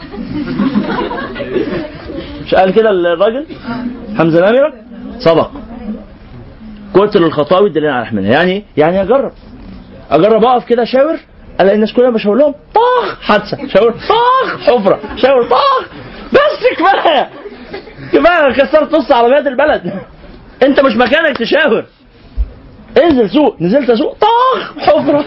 مش قال كده الراجل حمزه نمره؟ صدق. كتر الخطاوي دلنا على حلمنا. يعني يعني اجرب اجرب اقف كده اشاور الاقي الناس كلها بشاور لهم طاخ حادثه، شاور طاخ حفره، شاور طاخ، بس كفايه كفايه كسرت نص عربيات البلد. انت مش مكانك تشاور، انزل سوق. نزلت سوق طاخ حفره،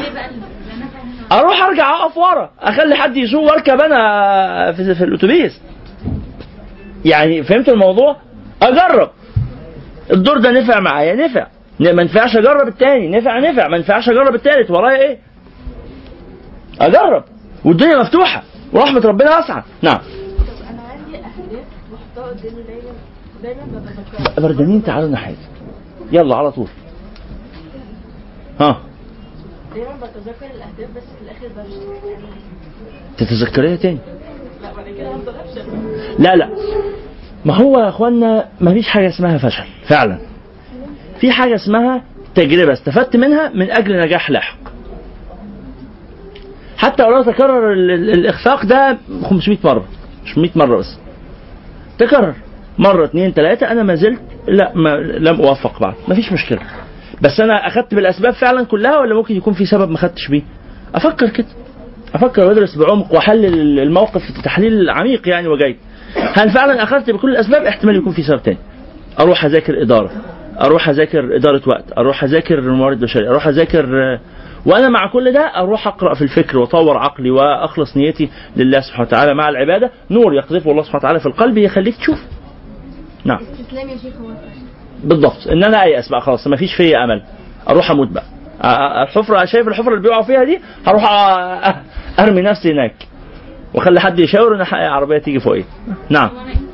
اروح ارجع اقف ورا، اخلي حد يسوق واركب انا في, في الاتوبيس. يعني فهمت الموضوع؟ اجرب الدور ده نفع معايا نفع، ما نفعش اجرب التاني، نفع نفع ما نفعش اجرب التالت، ورايا ايه؟ اجرب والدنيا مفتوحه ورحمه ربنا واسعه. نعم. طب انا عندي اهداف محطوطه قدامي دايما دايما بتذكرها. بردانين تعالوا نحيد يلا على طول. ها دايما بتذكر الاهداف بس في الاخر بفشل يعني. تتذكريها تاني؟ لا بعد كده هفضل افشل. لا لا ما هو يا اخوانا ما فيش حاجه اسمها فشل فعلا، في حاجه اسمها تجربه استفدت منها من اجل نجاح لاحق. حتى لو تكرر الاخفاق ده خمسمائة مره، مش مائة مره بس، تكرر مره اثنين ثلاثه، انا ما زلت لا ما لم اوفق بعد، ما فيش مشكله. بس انا اخذت بالاسباب فعلا كلها ولا ممكن يكون في سبب ما اخذتش بيه؟ افكر كده، افكر وادرس بعمق واحلل الموقف تحليل عميق يعني وجاي. هل فعلا اخذت بكل الاسباب؟ احتمال يكون في سبب تاني. اروح اذاكر اداره، اروح اذاكر اداره وقت، اروح اذاكر موارد بشريه، اروح اذاكر، وانا مع كل ده اروح اقرا في الفكر واطور عقلي واخلص نيتي لله سبحانه وتعالى مع العباده. نور يقذفه الله سبحانه وتعالى في القلب يخليك تشوف. نعم استسلام يا شيخ. هو بالضبط ان انا ايأس بقى خلاص، ما فيش فيا امل، اروح اموت بقى. الحفره، شايف الحفره اللي بيقعوا فيها دي، هروح ارمي نفسي هناك واخلي حد يشاور ان عربيه تيجي فوقي. نعم.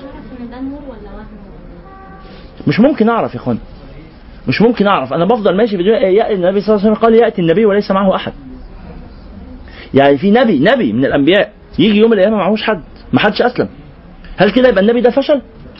مش ممكن اعرف يا اخوان، مش ممكن اعرف. انا بفضل ماشي في الدنيا. النبي صلى الله عليه وسلم قال ياتي النبي وليس معه احد. يعني في نبي نبي من الانبياء يجي يوم القيامه معهوش حد، ما حدش اسلم. هل كده يبقى النبي ده فشل؟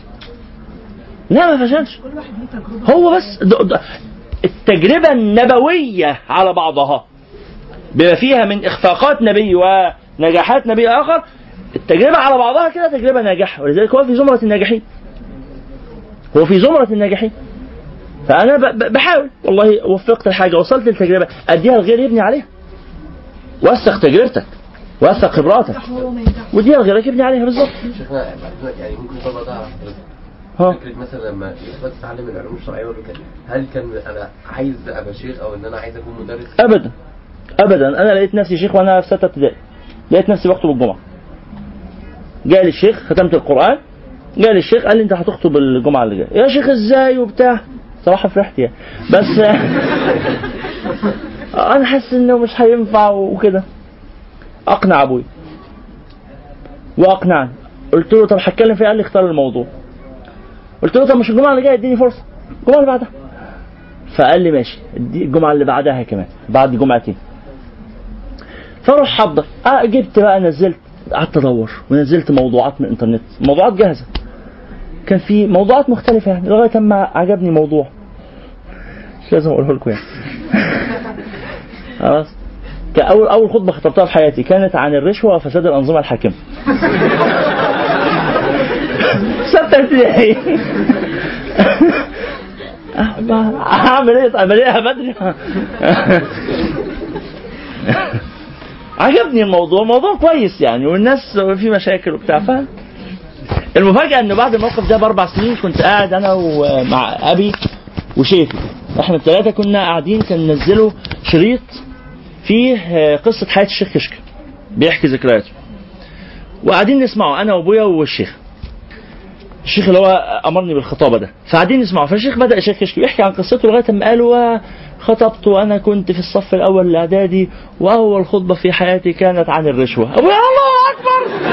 لا ما فشلش. هو بس التجربه النبويه على بعضها بما فيها من اخفاقات نبي ونجاحات نبي اخر، التجربه على بعضها كده تجربه ناجحه، ولذلك هو في زمره الناجحين. هو في زمره الناجحين. فانا بحاول والله وفقت الحاجه، وصلت للتجربه، اديها لغير يبني عليها. وثق تجربتك، وثق خبراتك، وديها لغيرك يبني عليها. بالظبط. شيخنا يعني ممكن طبعا ده فكرة مثلا لما اخواتي تتعلم العلوم الشرعيه والكلام، هل كان انا عايز ابقى شيخ او ان انا عايز اكون مدرس؟ ابدا ابدا. انا لقيت نفسي شيخ وانا في سته ابتدائي، لقيت نفسي بخطب الجمعه. جاء لي الشيخ، ختمت القران، جاء لي الشيخ قال لي انت هتخطب الجمعه اللي جايه. يا شيخ ازاي وبتاع، صراحه فرحت يعني، بس انا حاسس انه مش هينفع وكده. اقنع ابوي واقنعني، قلت له طب هتكلم فيه؟ قال لي اختار الموضوع. قلت له طب مش الجمعه اللي جايه اديني فرصه، الجمعه اللي بعدها. فقال لي ماشي الجمعه اللي بعدها كمان، بعد جمعتين. فاروح حضر، اه جبت بقى، نزلت، قعدت ادور ونزلت موضوعات من الانترنت، موضوعات جاهزه. كان في موضوعات مختلفه يعني، لغايه اما عجبني موضوع مش لازم اقوله لكم يعني. خلاص. كأول أول خطبة خطبتها في حياتي كانت عن الرشوة وفساد الأنظمة الحاكمة. ستة ابتدائي. أعمل إيه؟ أعمل إيه بدري؟ عجبني الموضوع، موضوع كويس يعني، والناس في مشاكل وبتاع. فاهم؟ المفاجأة إنه بعد الموقف ده بأربع سنين كنت قاعد أنا ومع أبي وشيخي، إحنا الثلاثة كنا قاعدين، كان نزلوا شريط فيه قصة حياة الشيخ كشك بيحكي ذكرياته، وقاعدين نسمعه أنا وأبويا والشيخ، الشيخ اللي هو أمرني بالخطابة ده. فقاعدين نسمعه، فالشيخ بدأ الشيخ كشك يحكي عن قصته لغاية ما قال خطبت وأنا كنت في الصف الأول الإعدادي وأول خطبة في حياتي كانت عن الرشوة. أبويا الله أكبر.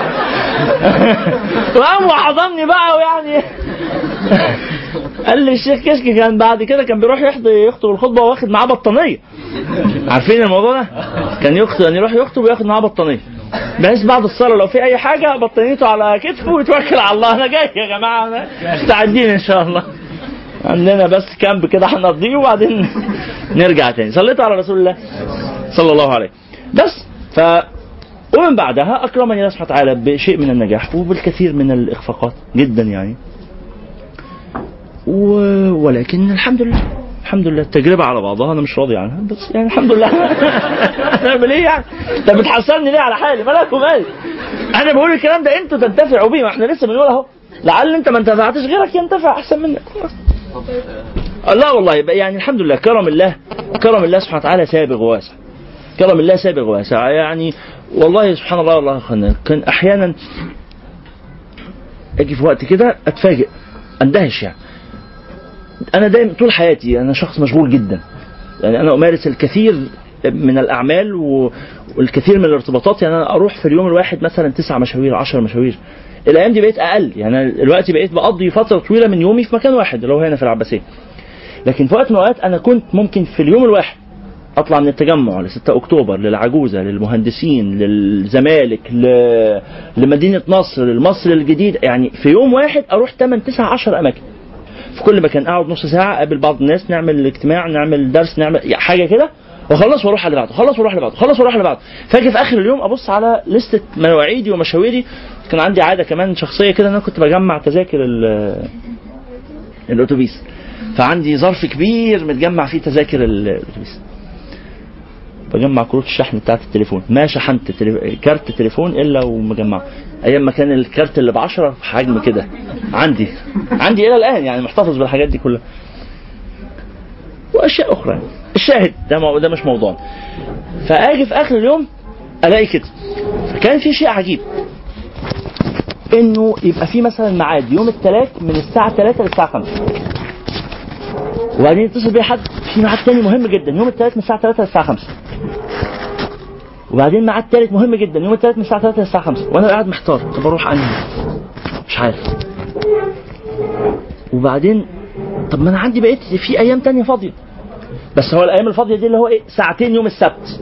وقام وحضني بقى ويعني قال لي الشيخ كشك كان بعد كده كان بيروح يحضر يخطب الخطبة واخد معاه بطانية. عارفين الموضوع ده؟ كان يخطب يعني يروح يخطب وياخد معاه بطانية، بحيث بعد الصلاة لو في أي حاجة بطانيته على كتفه ويتوكل على الله. أنا جاي يا جماعة، أنا مستعدين إن شاء الله، عندنا بس كامب كده هنقضيه وبعدين نرجع تاني. صليت على رسول الله صلى الله عليه بس. ف ومن بعدها أكرمني الله سبحانه وتعالى بشيء من النجاح وبالكثير من الإخفاقات جدا يعني، و... ولكن الحمد لله الحمد لله التجربه على بعضها انا مش راضي عنها، بس يعني الحمد لله. هنعمل ايه يعني؟ انت بتحصلني ليه على حالي؟ مالك ومالي؟ انا بقول الكلام ده انتوا تنتفعوا بيه، واحنا لسه بنقول اهو لعل انت ما انتفعتش غيرك ينتفع احسن منك. لا والله يعني الحمد لله كرم الله، كرم الله سبحانه وتعالى سابغ واسع، كرم الله سابغ واسع. يعني والله سبحان الله والله اخوانا كان احيانا اجي في وقت كده اتفاجئ اندهش. يعني انا دايما طول حياتي انا شخص مشغول جدا، يعني انا امارس الكثير من الاعمال والكثير من الارتباطات. يعني انا اروح في اليوم الواحد مثلا تسع مشاوير عشر مشاوير. الايام دي بقيت اقل، يعني دلوقتي بقيت بقضي فتره طويله من يومي في مكان واحد اللي هو هنا في العباسيه. لكن في وقت من الاوقات انا كنت ممكن في اليوم الواحد اطلع من التجمع لستة اكتوبر للعجوزه للمهندسين للزمالك لمدينه نصر لمصر الجديد. يعني في يوم واحد اروح ثمانية تسعة عشرة اماكن، في كل مكان اقعد نص ساعه اقابل بعض الناس، نعمل اجتماع نعمل درس نعمل حاجه كده، واخلص واروح على بعض، خلص واروح لبعض، خلص واروح لبعض. فاجي في اخر اليوم ابص على لسته مواعيدي ومشاويري. كان عندي عاده كمان شخصيه كده، انا كنت بجمع تذاكر الاتوبيس، فعندي ظرف كبير متجمع فيه تذاكر الاتوبيس، بجمع كروت الشحن بتاعت التليفون. ما شحنت تليف... كارت التليفون الا ومجمعه. ايام ما كان الكارت اللي بعشرة في حجم كده عندي عندي الى الان، يعني محتفظ بالحاجات دي كلها واشياء اخرى. الشاهد ده مو... ده مش موضوع. فاجي في اخر اليوم الاقي كده. فكان في شيء عجيب انه يبقى في مثلا ميعاد يوم الثلاث من الساعه ثلاثة للساعه خمسة، وبعدين يتصل بي حد في ميعاد تاني مهم جدا يوم الثلاث من الساعه ثلاثة للساعه خمسة، وبعدين ميعاد ثالث مهم جدا يوم الثلاث من الساعه ثلاثة للساعه خمسة، وانا قاعد محتار طب اروح انهي مش عارف. وبعدين طب ما انا عندي بقيت في ايام تانية فاضيه، بس هو الايام الفاضيه دي اللي هو ايه ساعتين يوم السبت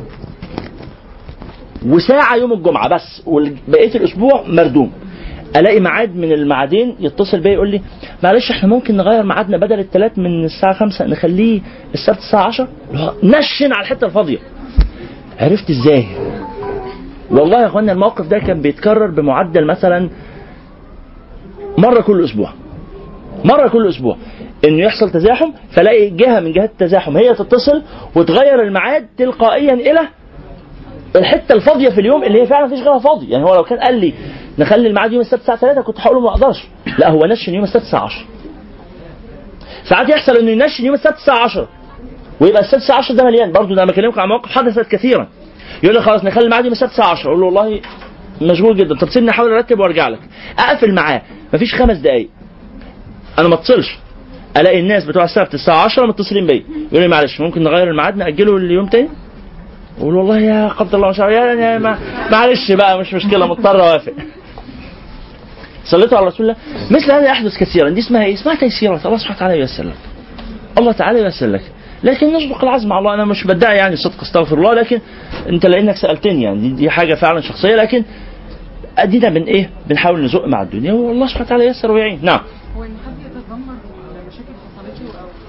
وساعه يوم الجمعه بس، وبقيه الاسبوع مردوم. الاقي ميعاد من الميعادين يتصل بيا يقول لي معلش احنا ممكن نغير ميعادنا بدل الثلاث من الساعه خمسة نخليه السبت الساعه عشرة. نشن على الحته الفاضيه. عرفت ازاي؟ والله يا اخوانا الموقف ده كان بيتكرر بمعدل مثلا مره كل اسبوع، مره كل اسبوع انه يحصل تزاحم، فلاقي جهه من جهات التزاحم هي تتصل وتغير الميعاد تلقائيا الى الحته الفاضيه في اليوم اللي هي فعلا مفيش غيرها فاضي. يعني هو لو كان قال لي نخلي الميعاد يوم السبت الساعه ثلاثة كنت هقول له ما اقدرش، لا هو نشن يوم السبت الساعه عشرة. ساعات يحصل انه ينشن يوم السبت الساعه عشرة ويبقى السبت الساعه عشرة ده مليان. برضه ده انا بكلمك عن مواقف حدثت كثيرا. يقول لي خلاص نخلي الميعاد يوم السبت الساعه عشرة، اقول له والله مشغول جدا، طب سيبني احاول ارتب وارجع لك. اقفل معاه مفيش خمس دقائق انا ما اتصلش، الاقي الناس بتوع السبت الساعه عشرة متصلين بيا يقول لي معلش ممكن نغير الميعاد ناجله اليوم تاني. اقول والله يا قدر الله ما شاء الله يعني معلش بقى مش مشكله مضطر اوافق. صليتوا على رسول الله. مثل هذا يحدث كثيرا. دي اسمها ايه؟ اسمها تيسيرات. الله سبحانه وتعالى ييسر لك، الله تعالى ييسر لك، لكن نصدق العزم على الله. انا مش بدعي يعني صدق استغفر الله، لكن انت لانك سالتني يعني دي, دي حاجه فعلا شخصيه، لكن ادينا بن ايه بنحاول نزق مع الدنيا والله سبحانه وتعالى ييسر ويعين. نعم. هو ان حد يتذمر على مشاكل حصلت له او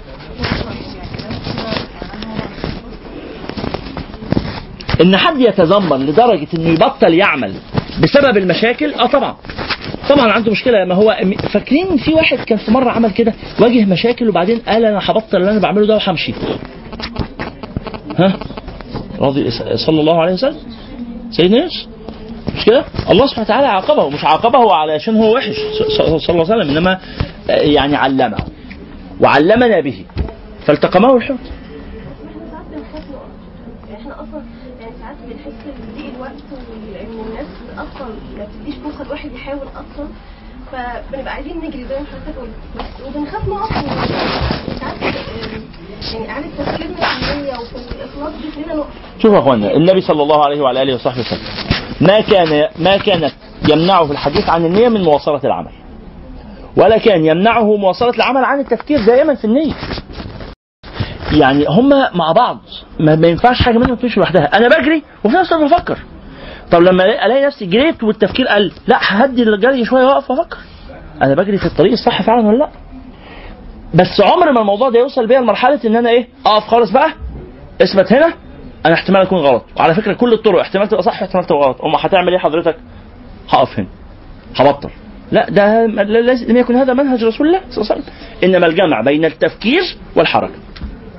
ان حد يتذمر لدرجه انه يبطل يعمل بسبب المشاكل؟ اه طبعا طبعا عنده مشكله. ما هو فاكرين في واحد كان في مره عمل كده واجه مشاكل وبعدين قال انا هبطل اللي انا بعمله ده وهمشي. ها راضي صلى الله عليه وسلم سيدنا يوسف مش كده؟ الله سبحانه وتعالى عاقبه، مش عاقبه علشان هو وحش صلى الله عليه وسلم، انما يعني علمه وعلمنا به فالتقمه الحوت. احنا اصلا يعني ساعات بنحس بضيق الوقت وان الناس اصلا ما بتديش فرصه الواحد يحاول اصلا، فبنبقى عايزين نجري زي ما حضرتك قلت بس وبنخاف نقف. ساعات يعني اعاده تفكيرنا في النيه وفي الاخلاص بيخلينا نقف. شوفوا يا اخوانا النبي صلى الله عليه وعلى اله وصحبه وسلم ما كان ما كانت يمنعه في الحديث عن النيه من مواصله العمل، ولا كان يمنعه مواصله العمل عن التفكير دائما في النيه. يعني هما مع بعض ما, ما ينفعش حاجه منهم تمشي لوحدها. انا بجري وفي نفس الوقت بفكر. طب لما الاقي نفسي جريت والتفكير قل، لا ههدي الجري شويه واقف وافكر انا بجري في الطريق الصح فعلا ولا لا. بس عمر ما الموضوع ده يوصل بيا لمرحله ان انا ايه اقف خالص بقى اثبت هنا انا احتمال اكون غلط، وعلى فكره كل الطرق احتمال تبقى صح واحتمال تبقى غلط. امال هتعمل ايه حضرتك؟ هقف هنا هبطل. لا ده لازم يكون هذا منهج رسول الله صلى الله عليه وسلم. انما الجمع بين التفكير والحركه.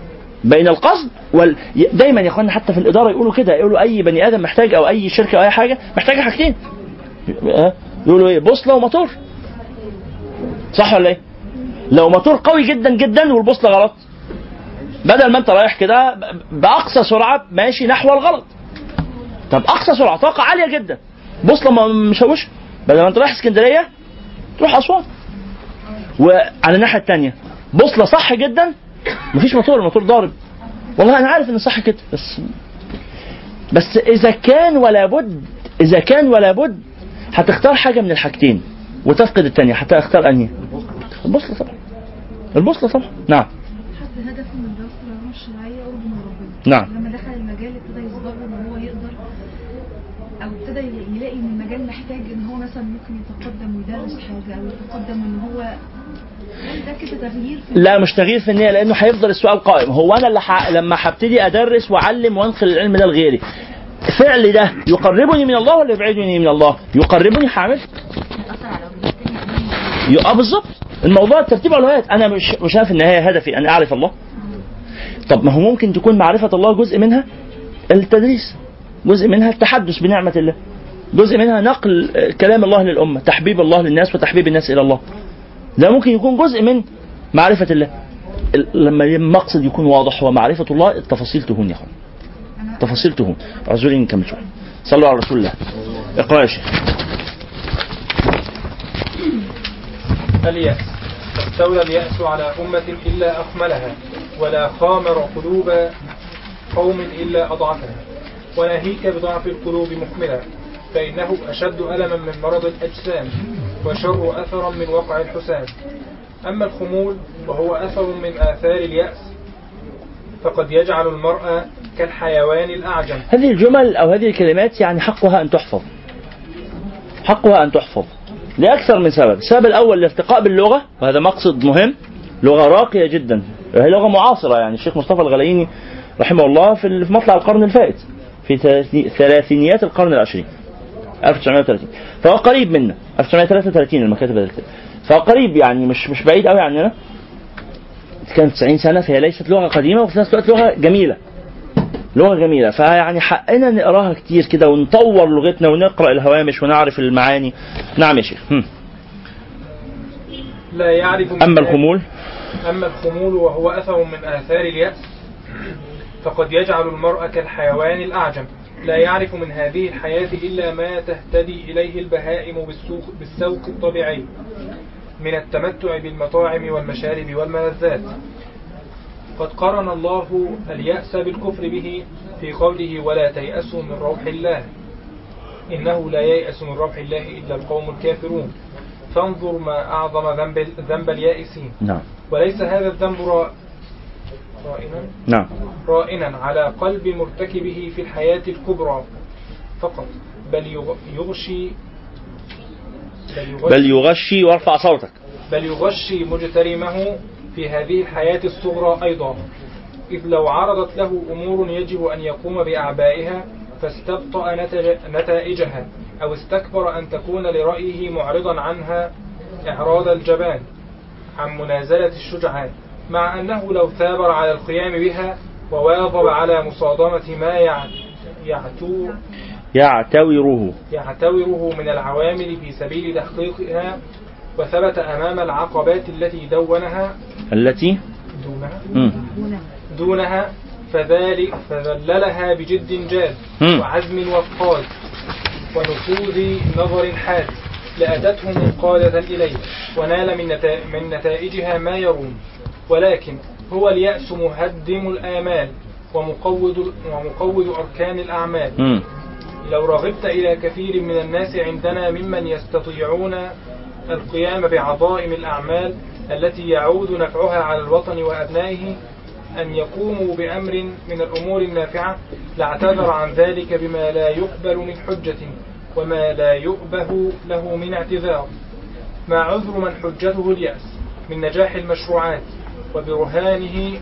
بين القصد وال... دايما يا اخوانا حتى في الاداره يقولوا كده، يقولوا اي بني ادم محتاج او اي شركه او اي حاجه محتاجه حاجتين، يقولوا ايه؟ بوصله وموتور. صح ولا ايه؟ لو موتور قوي جدا جدا والبوصله غلط، بدل ما انت رايح كده باقصى سرعه ماشي نحو الغلط، طب اقصى سرعه طاقه عاليه جدا بوصله مشوشه، بدل ما انت رايح اسكندريه تروح اسوان. وعلى الناحيه الثانيه بوصله صح جدا مفيش موتور، الموتور ضارب. والله انا عارف ان صح كده، بس بس اذا كان ولا بد اذا كان ولا بد هتختار حاجه من الحاجتين وتفقد الثانيه، هتختار انهي؟ البوصله طبعا. البوصله طبعا. نعم. حط هدفه من دراسه العلوم الشرعيه قرب من ربنا. نعم. لما دخل المجال ابتدى يصبر ان هو يقدر، او ابتدى يلاقي ان المجال محتاج ان هو مثلا ممكن يتقدم ويدرس حاجه، او يتقدم ان هو ده كده تغيير في لا مش تغيير في النية، لأنه هيفضل السؤال قائم. هو أنا اللي ح... لما هبتدي أدرس وأعلم وأنقل العلم ده لغيري، فعل ده يقربني من الله ولا يبعدني من الله؟ يقربني هعمل. اه بالظبط. الموضوع ترتيب أولويات. أنا مش مش في النهاية هدفي أن أعرف الله. طب ما هو ممكن تكون معرفة الله جزء منها التدريس، جزء منها التحدث بنعمة الله، جزء منها نقل كلام الله للأمة، تحبيب الله للناس وتحبيب الناس إلى الله. ده ممكن يكون جزء من معرفة الله. لما المقصد يكون واضح ومعرفة الله، التفاصيل تهون يا اخوان، تفاصيل تهون. اعذروني نكمل شوية. صلوا على رسول الله. اقرأ يا شيخ. اليأس. استولى اليأس على أمة إلا أخملها، ولا خامر قلوب قوم إلا أضعفها، وناهيك بضعف القلوب مكملا، فإنه أشد ألما من مرض الأجسام، وشر أثرا من وقع الحسام. أما الخمول وهو أثر من آثار اليأس، فقد يجعل المرء كالحيوان الأعجم. هذه الجمل أو هذه الكلمات يعني حقها أن تحفظ، حقها أن تحفظ لأكثر من سبب. السبب الأول الارتقاء باللغة، وهذا مقصد مهم، لغة راقية جدا، هي لغة معاصرة. يعني الشيخ مصطفى الغلايني رحمه الله في مطلع القرن الفائت، في ثلاثينيات القرن العشرين ألف وتسعمائة وثلاثين، فهو قريب منا. ألف وتسعمائة وثلاثة وثلاثين المكاتب بدأت، فهو قريب يعني مش مش بعيد قوي عننا. كانت تسعين سنة، فهي ليست لغة قديمة وفي نفس الوقت لغة جميلة، لغة جميلة. فيعني حقنا نقراها كتير كده ونطور لغتنا ونقرأ الهوامش ونعرف المعاني. نعم يا شيخ. لا يعرف. أما الخمول أما الخمول وهو أثر من آثار اليأس، فقد يجعل المرء كالحيوان الأعجم، لا يعرف من هذه الحياة إلا ما تهتدي إليه البهائم بالسوق, بالسوق الطبيعي من التمتع بالمطاعم والمشارب والملذات. قد قرن الله اليأس بالكفر به في قوله ولا تيأسوا من روح الله، إنه لا ييأس من روح الله إلا القوم الكافرون. فانظر ما أعظم ذنب, ذنب اليائسين. نعم. وليس هذا الذنب رائنا نعم رائنا على قلب مرتكبه في الحياة الكبرى فقط، بل يغشي بل يغشي, بل يغشي وارفع صوتك بل يغشي مجترمه في هذه الحياة الصغرى أيضا، إذ لو عرضت له أمور يجب أن يقوم بأعبائها فاستبطأ نتائجها، أو استكبر أن تكون لرأيه معرضا عنها إعراض الجبان عن منازلة الشجعان، مع أنه لو ثابر على القيام بها وواظب على مصادمة ما يعتو يعتوره يعتوره من العوامل في سبيل تحقيقها، وثبت أمام العقبات التي دونها التي دونها, دونها فذلك فذللها بجد جاد وعزم وقاد ونفوذ نظر حاد، لأتته منقادة إليه ونال من, نتا... من نتائجها ما يروم. ولكن هو اليأس مهدم الآمال ومقوض, ومقوض أركان الأعمال. م. لو رغبت إلى كثير من الناس عندنا ممن يستطيعون القيام بعظائم الأعمال التي يعود نفعها على الوطن وأبنائه أن يقوموا بأمر من الأمور النافعة، لاعتذر عن ذلك بما لا يقبل من حجة وما لا يؤبه له من اعتذار، مع عذر من حجته اليأس من نجاح المشروعات وبرهانه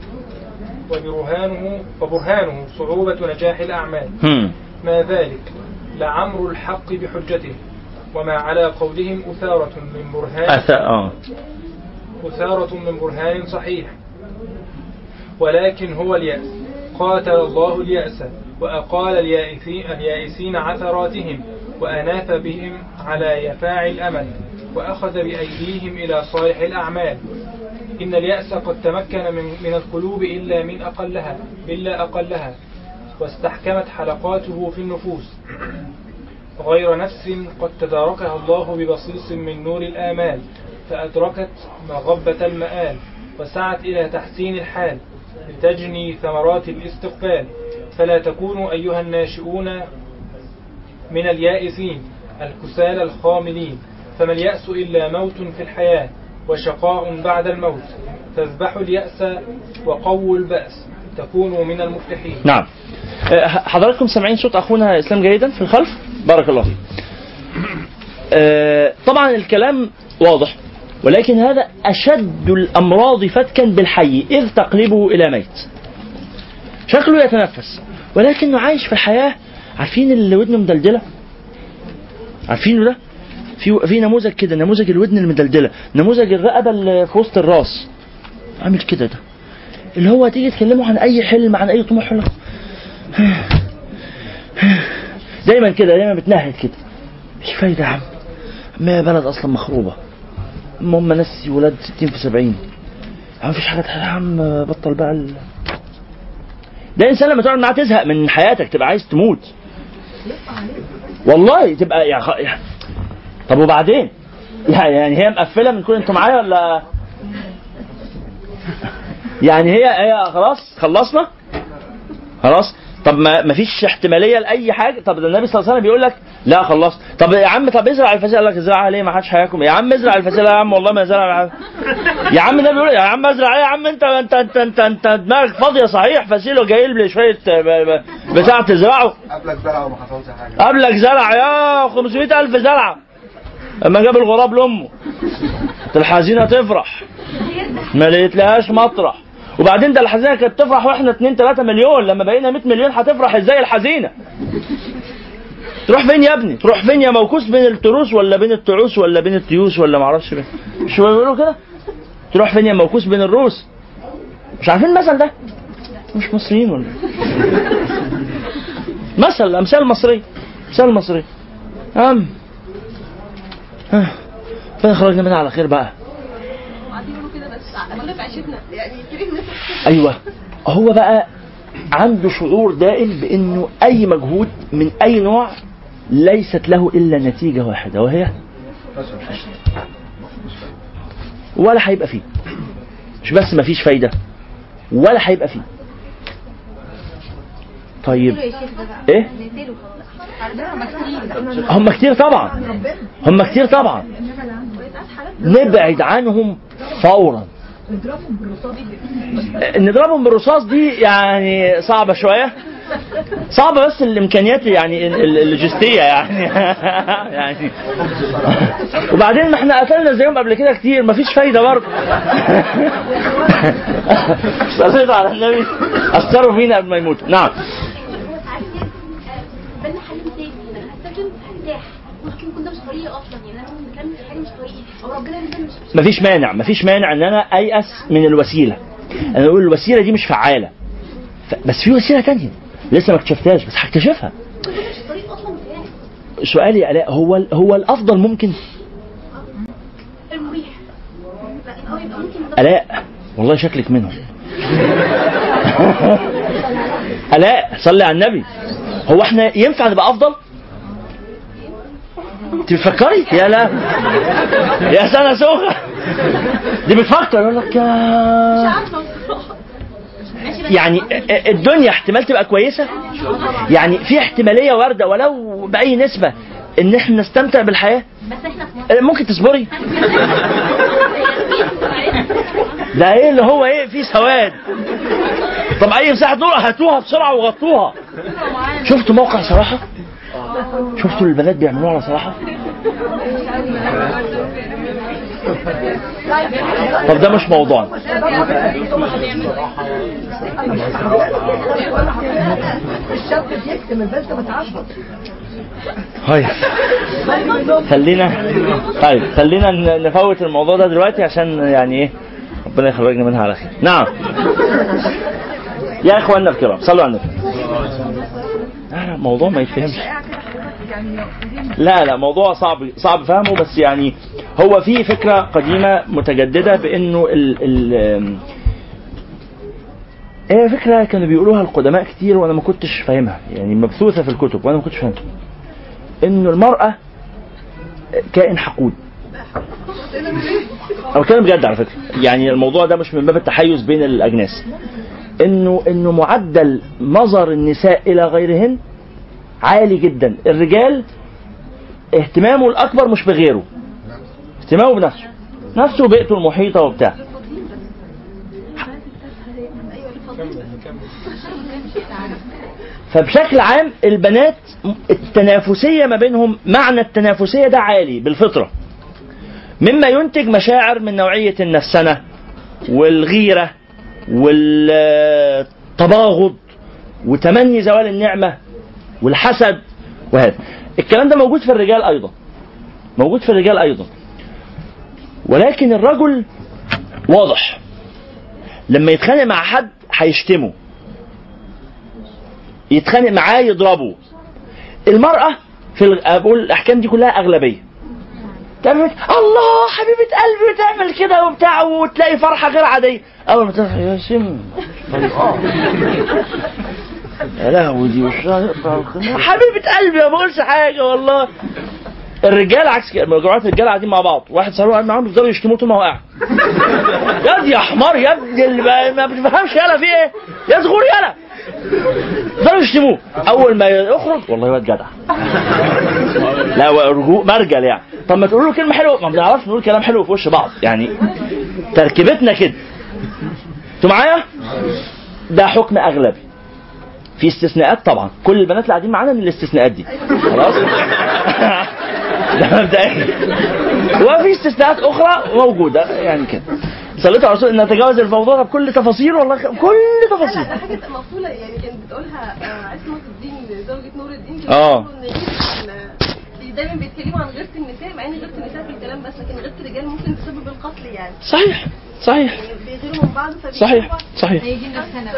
وبرهانه وبرهانه صعوبة نجاح الأعمال. ما ذلك لعمر الحق بحجته، وما على قولهم أثارة من برهان أثارة من برهان صحيح. ولكن هو اليأس. قاتل الله اليأس وأقال اليائسين, اليائسين عثراتهم وأناث بهم على يفاع الأمل وأخذ بأيديهم إلى صالح الأعمال. إن اليأس قد تمكن من, من القلوب إلا من أقلها إلا أقلها واستحكمت حلقاته في النفوس، غير نفس قد تداركها الله ببصيص من نور الآمال فأدركت مغبة المآل وسعت إلى تحسين الحال لتجني ثمرات الاستقبال. فلا تكونوا أيها الناشئون من اليائسين الكسالى الخاملين، فما اليأس إلا موت في الحياة وشقاء بعد الموت. فاذبحوا اليأس وقووا البأس تكونوا من المفلحين. نعم. حضراتكم سامعين صوت أخونا إسلام جيدا في الخلف؟ بارك الله فيك. طبعا الكلام واضح، ولكن هذا أشد الأمراض فتكا بالحي إذ تقلبه إلى ميت. شكله يتنفس ولكنه عايش في الحياة. عارفين اللي ودنه مدلدلة؟ عارفينه ده؟ في في نموذج كده، نموذج الودن المدلدلة، نموذج الرقبة اللي في وسط الراس عامل كده، ده اللي هو تيجي تكلمه عن أي حلم عن أي طموح يقول لك دايما كده، دايما بتنهد كده. مش فايدة يا عم، ما بلد أصلا مخروبة، هم ناس ولاد ستين في سبعين، ما فيش حاجة يا عم، بطل بقى ال... ده إنسان لما تقعد معاه تزهق من حياتك، تبقى عايز تموت والله، تبقى يعني خ... طب وبعدين يعني هي مقفلة من كل انتوا معايا ولا يعني هي هي خلاص خلصنا خلاص؟ طب ما ما فيش احتماليه لاي حاجه. طب ده النبي صلى الله عليه وسلم بيقول لك لا خلاص. طب يا عم طب ازرع الفسيله، قال لك ازرعها ليه؟ ما حدش هياكل. يا عم ازرع الفسيله، يا عم والله ما زرع. يا عم النبي بيقول يا عم ازرع ايه يا عم؟ انت انت انت انت, انت دماغك فاضيه صحيح؟ فسيله جايب لي شويه بتاع تزرعه. قبلك زرع وما حصلش حاجه. قبلك زرع يا خمسمائة ألف زرعه. اما جاب الغراب لامه الحزينه تفرح ما لقيتلهاش مطرح. وبعدين ده الحزينه كانت تفرح واحنا اتنين تلاتة مليون، لما بقينا مية مليون هتفرح ازاي الحزينه؟ تروح فين يا ابني؟ تروح فين يا موكوس بين التروس ولا بين التعوس ولا بين التيوس ولا معرفش بين، مش بيقولوا كده؟ تروح فين يا موكوس بين الروس؟ مش عارفين المثل ده؟ مش مصريين ولا مثل امثال مصريه، مثال مصري. ام ها فين خرجنا منها على خير بقى؟ ايوه، هو بقى عنده شعور دائم بانه اي مجهود من اي نوع ليست له الا نتيجه واحده، وهي ولا هيبقى فيه. مش بس ما فيش فايده، ولا هيبقى فيه. طيب ايه؟ هم كتير طبعا، هم كتير طبعا، نبعد عنهم فورا. نضربهم بالرصاص دي يعني صعبة شوية، صعبة بس الإمكانيات يعني اللوجستية يعني يعني وبعدين ما احنا قتلنا زيهم قبل كده كتير، مفيش فايدة برضه. صليت على النبي أثروا فينا قبل ما يموتوا. نعم. مفيش مانع، مفيش مانع ان انا ايأس من الوسيله. انا اقول الوسيله دي مش فعاله، بس في وسيله تانية لسه ما اكتشفتهاش بس هكتشفها. سؤالي يا آلاء، هو هو الافضل ممكن؟ المريح. آلاء والله شكلك منهم. آلاء صلي على النبي، هو احنا ينفع نبقى افضل؟ انت بتفكري؟ يا لا يا سنة سوخة دي بتفكر يقول لك يعني الدنيا احتمال تبقى كويسة، يعني في احتمالية واردة ولو بأي نسبة ان احنا نستمتع بالحياة. ممكن تصبري؟ ده ايه اللي هو ايه في سواد؟ طب اي مساحة نور هاتوها بسرعة وغطوها. شفتوا موقع صراحة؟ شفتوا البنات بيعملوها على صراحة؟ طب ده مش موضوع. هاي خلينا طيب خلينا نفوت الموضوع ده دلوقتي عشان يعني ايه ربنا يخرجنا منها على خير. نعم يا اخواننا الكرام صلوا على النبي. لا موضوع ما يتفهمش. لا لا موضوع صعب صعب فهمه، بس يعني هو في فكرة قديمة متجددة بانه ال ال هي فكرة كانوا بيقولوها القدماء كتير وانا ما كنتش فاهمها، يعني مبثوثة في الكتب وانا ما كنتش فاهمها، انه المرأة كائن حقود. انا بتكلم بجد على فكرة، يعني الموضوع ده مش من باب التحيز بين الاجناس، انه انه معدل نظر النساء الى غيرهن عالي جدا. الرجال اهتمامه الاكبر مش بغيره، اهتمامه بنفسه، نفسه وبيئته المحيطه وبتاع. فبشكل عام البنات التنافسيه ما بينهم، معنى التنافسيه ده عالي بالفطره، مما ينتج مشاعر من نوعيه النفسنه والغيره والتباغض وتمني زوال النعمه والحسد وهذا. الكلام ده موجود في الرجال ايضا، موجود في الرجال ايضا، ولكن الرجل واضح لما يتخانق مع حد هيشتمه، يتخانق معاه يضربه. المرأة في اقول الاحكام دي كلها اغلبيه، تعمل الله حبيبه قلبي وتعمل كده وبتاع وتلاقي فرحه غير عاديه. اول ما تروح يا سم يا لهوي دي وش حبيبه قلبي ما بقولش حاجه والله. الرجال عكس كده، مجموعات الرجال قاعدين مع بعض، واحد صاحبه قاعد معاهم بيفضلوا يشتموه طول ما هو قاعد. يا دي يا حمار يا ابني اللي ما بتفهمش يالا في ايه يا صغور يالا، بيفضلوا يشتموه. اول ما يخرج والله واد جدع لا رجوع مرجل يعني. طب ما تقولوا له كلمه حلوه، ما بنعرفش نقول كلام حلو في وش بعض، يعني تركيبتنا كده. انتوا معايا؟ ده حكم اغلبي، في استثناءات طبعا، كل البنات اللي قاعدين معانا من الاستثناءات دي خلاص. ده مبدئيا، وفي استثناءات اخرى موجوده يعني كده. صليت على الرسول ان نتجاوز الموضوع ده بكل تفاصيل، والله كل تفاصيل. ده حاجه مقوله يعني كانت بتقولها عصمة الدين زوجة نور الدين، اه دايما بيتكلموا عن غيرة النساء، مع ان غيرة النساء في الكلام بس، لكن غيرة الرجال ممكن تسبب القتل يعني. صحيح صحيح يعني بيغيروا من بعض صحيح صحيح. هيجي نفسنا.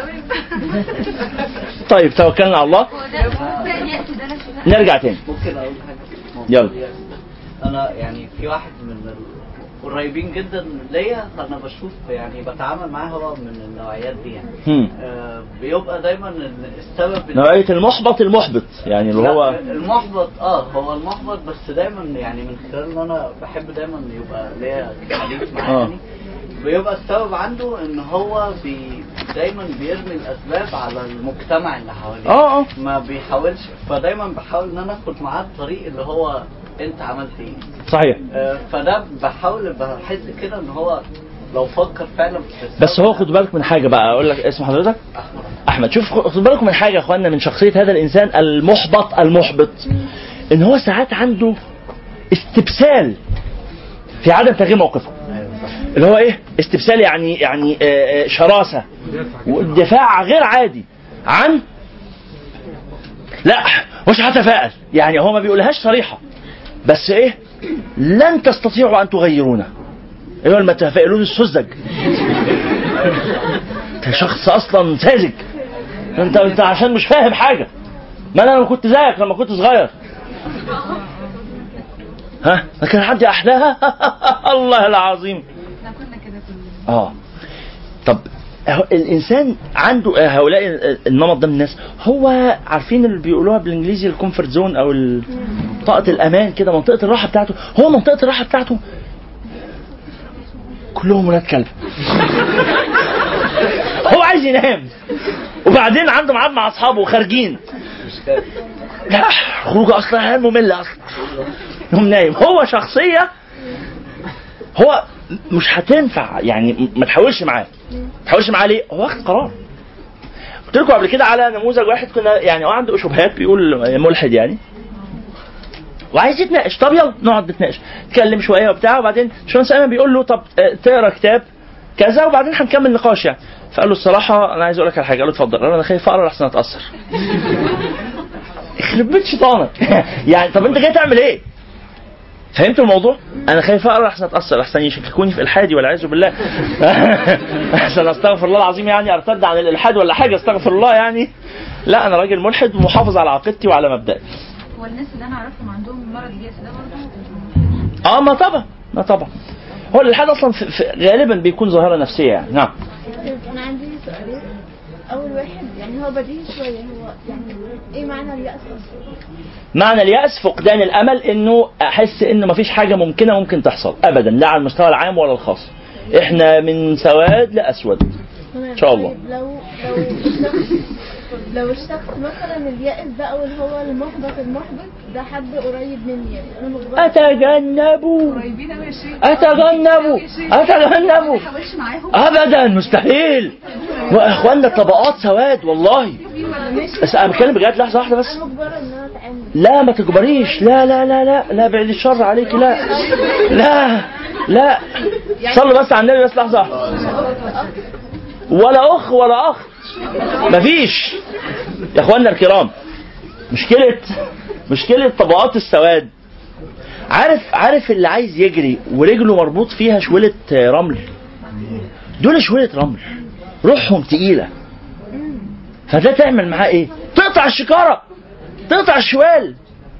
طيب توكلنا على الله. نرجع تاني. ممكن اقول حاجه؟ يلا. انا يعني في واحد من قريبين جدا ليا، انا بشوف يعني بتعامل معاه، هو من النوعيات دي يعني. آه بيبقى دايما السبب نوعيه المحبط المحبط، يعني اللي هو المحبط. اه هو المحبط، بس دايما يعني من خلال ان انا بحب دايما يبقى ليا حديث معاه يعني، بيبقى السبب عنده ان هو بي دايما بيرمي الاسباب على المجتمع اللي حواليه. اه ما بيحاولش، فدايما بحاول ان انا اخد معاه الطريق اللي هو انت عملت ايه. صحيح. آه فده بحاول بحس كده ان هو لو فكر فعلا في، بس هو خد بالك من حاجه بقى، اقول لك اسم حضرتك احمد. احمد شوف خد بالكم من حاجه يا اخوانا من شخصيه هذا الانسان المحبط المحبط، ان هو ساعات عنده استبسال في عدم تغيير موقفه. اللي هو ايه استبسال؟ يعني يعني آه شراسه والدفاع غير عادي عن لا مش هتفائل، يعني هو ما بيقولهاش صريحه، بس ايه لن تستطيعوا ان تغيرونا. ايوه ما تفائلون السذج، انت شخص اصلا ساذج، انت انت عشان مش فاهم حاجه. ما انا لما كنت زيك لما كنت صغير، ها ما كان حد احلاها. الله العظيم. اه طب الانسان عنده هؤلاء النمط ده من الناس، هو عارفين اللي بيقولوها بالانجليزي الكومفورت زون او منطقه الامان كده، منطقه الراحه بتاعته. هو منطقه الراحه بتاعته كلهم ولاد كلب. هو عايز ينام، وبعدين عنده ميعاد مع اصحابه وخارجين، لا خروجه اصلا ممله اصلا، يوم نايم. هو شخصيه هو مش هتنفع يعني، ما تحاولش معاه ما تحاولش معاه ليه؟ هو واخد قرار. قلت لكم قبل كده على نموذج واحد كنا يعني هو عنده شبهات، بيقول ملحد يعني وعايز يتناقش. طب يلا نقعد نتناقش، نتكلم شويه وبتاع، وبعدين شلون سامي بيقول له طب تقرا كتاب كذا وبعدين هنكمل نقاش يعني. فقال له الصراحه انا عايز اقول لك على حاجه. قال له اتفضل. قال له انا خايف اقرا لحسن اتاثر. يخرب بيت شيطانك. يعني طب انت جاي تعمل ايه؟ فهمت الموضوع؟ انا خايف اقرا احسن اتاثر، احسن يشككوني في الحادي والعياذ بالله. احسن استغفر الله العظيم يعني ارتد عن الالحاد ولا حاجه، استغفر الله يعني. لا انا راجل ملحد ومحافظ على عقيدتي وعلى مبدئي. والناس اللي انا اعرفهم عندهم مرض اليأس ده برضه؟ اه ما طبعا ما طبعا. هو الالحاد اصلا في في غالبا بيكون ظاهره نفسيه يعني. نعم. انا عندي سؤالين. اول واحد يعني هو بديهي شويه، هو يعني ايه معنى اليأس اصلا؟ معنى اليأس فقدان الامل، انه احس انه مفيش حاجه ممكنه ممكن تحصل ابدا، لا على المستوى العام ولا الخاص. احنا من سواد لاسود ان شاء الله. لو لو الشخص لو الشخص مثلا اليائس ده او اللي هو المحبط المحبط ده حد قريب مني يعني انا مجبره اتجنبوا قريبين قوي يا شيخ، اتجنبوا اتجنبوا ابدا مستحيل. واخواننا طبقات سواد والله. بس انا بتكلم بجد، لحظه واحده بس. انا مجبره ان انا اتعامل. لا ما تجبريش، لا لا لا لا لا بعد الشر عليك، لا لا لا صلوا بس على النبي بس لحظه واحده. ولا اخ ولا اخت مفيش يا اخواننا الكرام. مشكله مشكله طبقات السواد. عارف عارف اللي عايز يجري ورجله مربوط فيها شوله رمل، دول شوله رمل روحهم تقيله، فده تعمل معاه ايه؟ تقطع الشكاره، تقطع الشوال.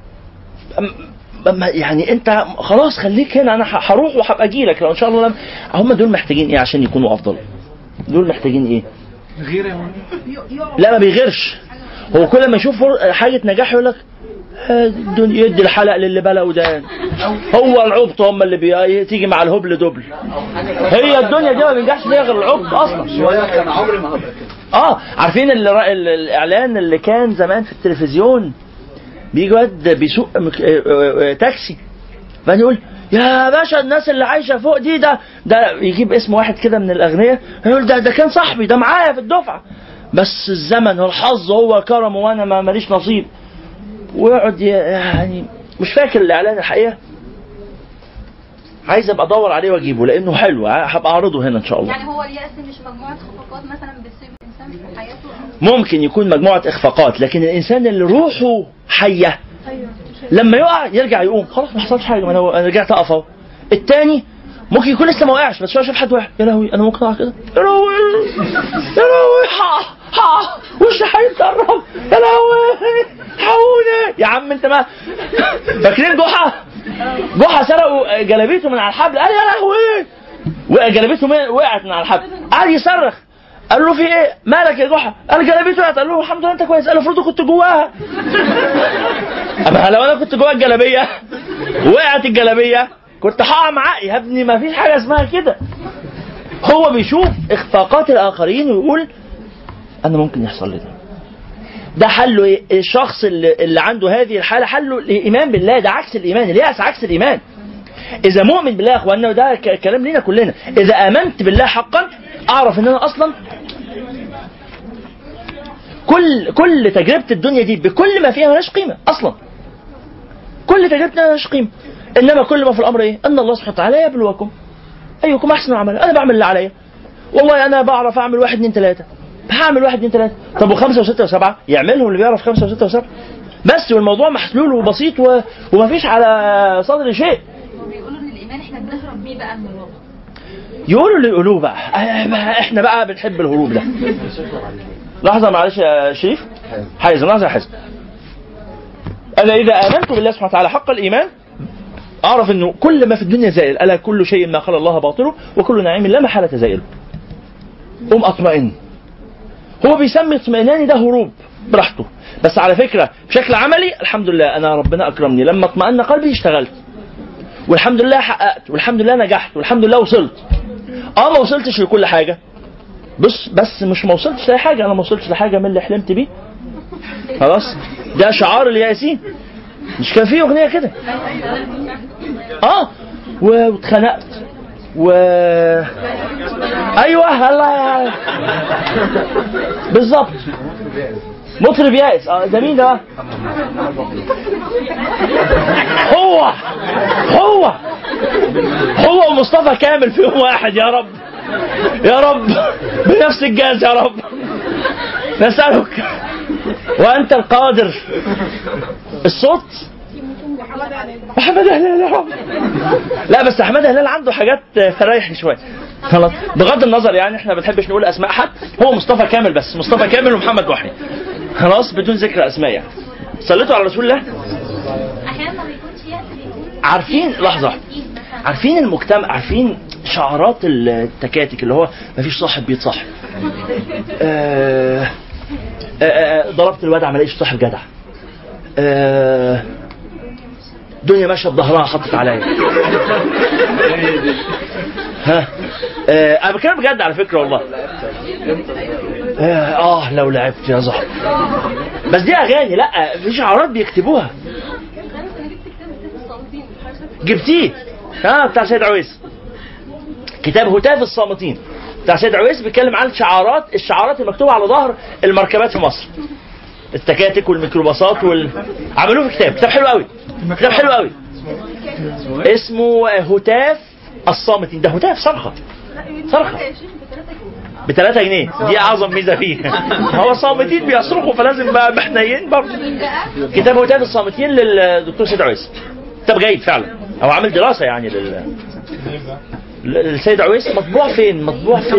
يعني انت خلاص خليك هنا، انا هروح وهبقى اجي لك لو ان شاء الله. لم... هم دول محتاجين ايه عشان يكونوا افضل؟ دول محتاجين ايه؟ غير يا لا ما بيغيرش. هو كل ما يشوف حاجه نجاح يقول لك يدي الحلق للي بلا ودان. هو العبط هم اللي بي... تيجي مع الهبل دبل. هي الدنيا دي ما بينجحش فيها غير العبط اصلا. كان عمري ما هبقى كده. اه عارفين اللي... الاعلان اللي كان زمان في التلفزيون، بيجي واد بيسوق تاكسي بعدين يقول يا باشا الناس اللي عايشه فوق دي، ده ده يجيب اسم واحد كده من الاغنياء يقول ده ده كان صاحبي، ده معايا في الدفعه، بس الزمن والحظ هو كرمه وانا ما ماليش نصيب. ويقعد يعني مش فاكر الاعلان الحقيقه، عايز ابقى ادور عليه واجيبه لانه حلو، هبقى اعرضه هنا ان شاء الله. يعني هو اليأس مش مجموعه خفقات مثلا بتصيب الانسان في حياته؟ ممكن يكون مجموعه اخفاقات، لكن الانسان اللي روحه حيه لما يقع يرجع يقوم خلاص ما حصلش حاجه، ما انا رجعت اقف اهو. الثاني ممكن يكون لسه ما وقعش، بس هو شاف حد واحد، يا لهوي انا ممكن اقع كده، يا لهوي يا لهوي ها ها وش هيتقرب، يا لهوي حاولي يا عم انت. ما فاكرين جحا؟ جحا سرقوا جلابيته من على الحبل، قال يا لهوي وجلابيته وقعت من على الحبل، قعد يصرخ. قال له في ايه؟ مالك يا جحا؟ قال جلابيته وقعت. قال له الحمد لله انت كويس. قال له المفروض كنت جواها. اما لو انا كنت جوا الجلابيه وقعت الجلابيه كنت هقع معاه يا ابني. ما فيش حاجه اسمها كده. هو بيشوف اخفاقات الاخرين ويقول انا ممكن يحصل لي ده. ده حله ايه؟ الشخص اللي, اللي عنده هذه الحاله حله الايمان بالله. ده عكس الايمان، اليأس عكس الايمان. اذا مؤمن بالله يا اخوانا، وده كلام لينا كلنا، اذا امنت بالله حقا اعرف ان انا اصلا كل كل تجربه الدنيا دي بكل ما فيها مالهاش قيمه اصلا. كل تجربتنا مالهاش قيمه، انما كل ما في الامر ايه؟ ان الله سبحانه وتعالى يبلوكم ايكم احسن عملا. انا بعمل اللي عليا، والله انا بعرف اعمل واحد اثنين ثلاثه، هعمل واحد اثنين ثلاثه. طب وخمسه وسته وسبعه يعملهم اللي بيعرف خمسه وسته وسبعه بس، والموضوع محلول وبسيط و... ومفيش على صدر شيء. بيقولوا ان الايمان احنا بنهرب بيه بقى من الواقع. يقولوا اللي يقولوه بقى، احنا بقى بنحب الهروب ده. لحظه معلش يا شريف، حازم لحظه يا حازم. انا اذا امنت بالله سبحانه وتعالى حق الايمان اعرف انه كل ما في الدنيا زائل، الا كل شيء ما خلق الله باطله وكل نعيم لا محاله زائل. قوم اطمئن. هو بيسمي اطمئناني ده هروب براحته، بس على فكره بشكل عملي الحمد لله انا ربنا اكرمني لما اطمئن قلبي اشتغلت، والحمد لله حققت، والحمد لله نجحت، والحمد لله وصلت. اه ما وصلتش لكل حاجه، بس بس مش ما وصلتش لاي حاجه، انا ما وصلتش لحاجه من اللي حلمت بيه. خلاص ده شعار اليائسين. مش كان فيه اغنيه كده؟ اه واتخنقت و ايوه الله بالظبط مطرب يائس. اه ده مين ده؟ هو هو هو ومصطفى كامل في يوم واحد. يا رب يا رب بنفس الجاز يا رب نسألك وأنت القادر. الصوت محمد هلال يا رب. لا بس احمد هلال عنده حاجات فريحي شويه خلاص. بغض النظر يعني احنا ما بنحبش نقول اسماء حد، هو مصطفى كامل بس، مصطفى كامل ومحمد وحي خلاص بدون ذكر اسماء يعني. صليتوا على رسول الله. احيانا ما بيكونش يأس بيكون عارفين لحظه، عارفين المجتمع، عارفين شعارات التكاتك اللي هو ما فيش صاحب بيتصاحب. آه آه ضربت الواد ما لقيتش صاحب جدع. آه دنيا ماشيه بظهرها حطت عليا. ها آه انا بتكلم بجد على فكره والله. آه, اه لو لعبت يا زهر. بس دي اغاني، لا في شعارات بيكتبوها. جبتيه ها بتاع سيد عويس، كتاب هتاف الصامتين بتاع سيد عويس، بيتكلم عن شعارات الشعارات المكتوبه على ظهر المركبات في مصر، التكاتك والميكروباصات وال... عملوه في كتاب، كتاب حلو قوي، كتاب حلو قوي اسمه هتاف الصامتين. ده هتاف صرخه صرخه بثلاثة جنيه، دي اعظم ميزه فيه. هو صامتين بيصرخوا فلازم بقى محنيين برضه. كتاب هتاف الصامتين للدكتور سيد عويس، كتاب جيد فعلا، او عامل دراسه يعني لل السيد عويس. مطبوع فين؟ مطبوع في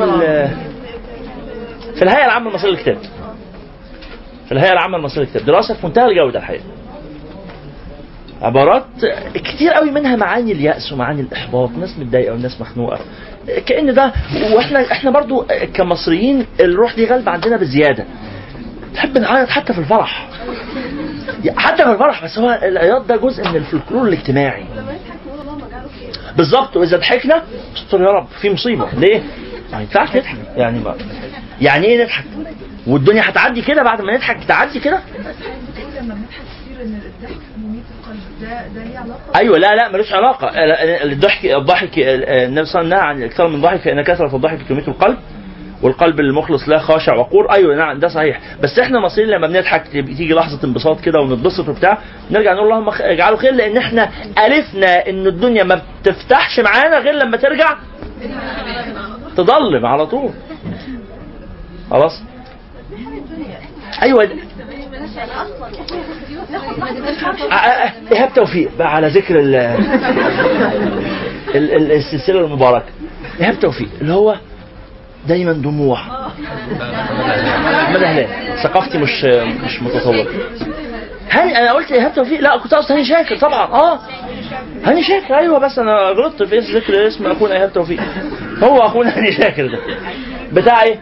في الهيئه العامه المصريه للكتاب، في الهيئه العامه المصريه للكتاب، دراسه في منتهى الجوده الحقيقه. عبارات كتير قوي منها معاني اليأس ومعاني الإحباط، ناس متضايقة وناس مخنوقة، كأن ده. واحنا احنا برضو كمصريين الروح دي غالبة عندنا بزيادة، تحب نعيط حتى في الفرح، حتى في الفرح، بس هو العياط ده جزء من الفلكلور الاجتماعي بالظبط. واذا ضحكنا استر يا رب في مصيبة، ليه؟ ما ينفعش نضحك يعني. ما يعني ايه نضحك والدنيا هتعدي كده؟ بعد ما نضحك تعدي كده؟ ده ده ليه علاقه؟ ايوه لا لا ملوش علاقه. الضحك الضحك النبي صلى الله عليه وسلم عن الاكثار من الضحك فان كثره الضحك تميت القلب والقلب المخلص لا خاشع وقور. ايوه نعم ده صحيح. بس احنا مصريين لما بنضحك تيجي لحظه انبساط كده ونتبسط وبتاع نرجع نقول اللهم اجعله خير، لان احنا الفنا ان الدنيا ما بتفتحش معانا غير لما ترجع تضلم على طول. خلاص ايوه. ايهاب توفيق بقى على ذكر ال ال السلسله المباركه. ايهاب توفيق اللي هو دايما دموع. ماذا هلال ثقافتي مش مش متطور. هاني انا قلت ايهاب توفيق؟ لا كنت قصدي هاني شاكر طبعا. اه هاني شاكر ايوه، بس انا غلطت في ذكر اسم اخونا ايهاب توفيق. هو اخونا هاني شاكر ده بتاع ايه؟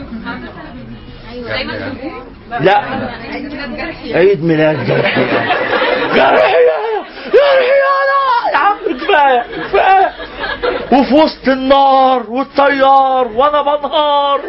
لا عيد ميلاد جرحي. جرحي جرحي يا عم كفايه كفايه. وفي وسط النار والطيار وانا بنهار،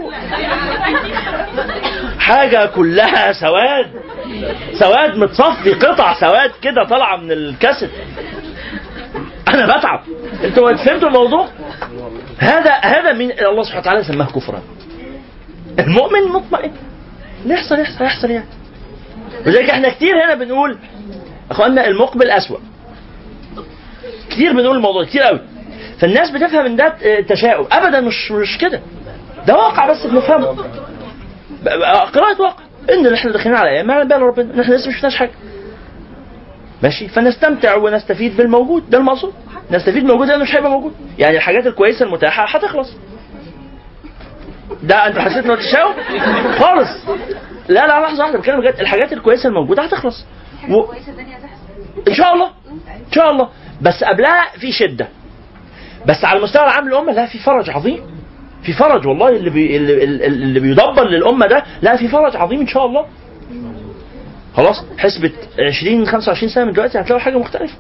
حاجه كلها سواد سواد متصفي، قطع سواد كده طالعه من الكاسيت. انا بتعب. انتوا فهمتوا الموضوع؟ هذا هذا من الله سبحانه وتعالى سماه كفرا. المؤمن مطمئن يحصل يحصل يحصل يعني. وذلك احنا كتير هنا بنقول اخواننا المقبل اسوأ، كتير بنقول الموضوع كتير قوي، فالناس بتفهم ان ده تشاؤم. ابدا مش مش كده، ده واقع بس بنفهمه، قراءة واقع ان اللي احنا داخلين على ايام ما بال ربنا ان احنا لسه مش شفناش حاجه ماشي. فنستمتع ونستفيد بالموجود، ده المقصود، نستفيد بالموجود لانه مش هيبقى موجود. يعني الحاجات الكويسه المتاحه هتخلص. ده انت حسيت انه تشاؤم خالص؟ لا لا لحظه واحده بتكلم بجد. الحاجات الكويسه الموجوده هتخلص و... ان شاء الله ان شاء الله. بس قبلها في شده، بس على المستوى العام للامه لا في فرج عظيم، في فرج والله. اللي بي... اللي, اللي بيدبر للامه ده لا في فرج عظيم ان شاء الله. خلاص حسبة عشرين خمسة وعشرين سنه من دلوقتي هتلاقوا حاجه مختلفه.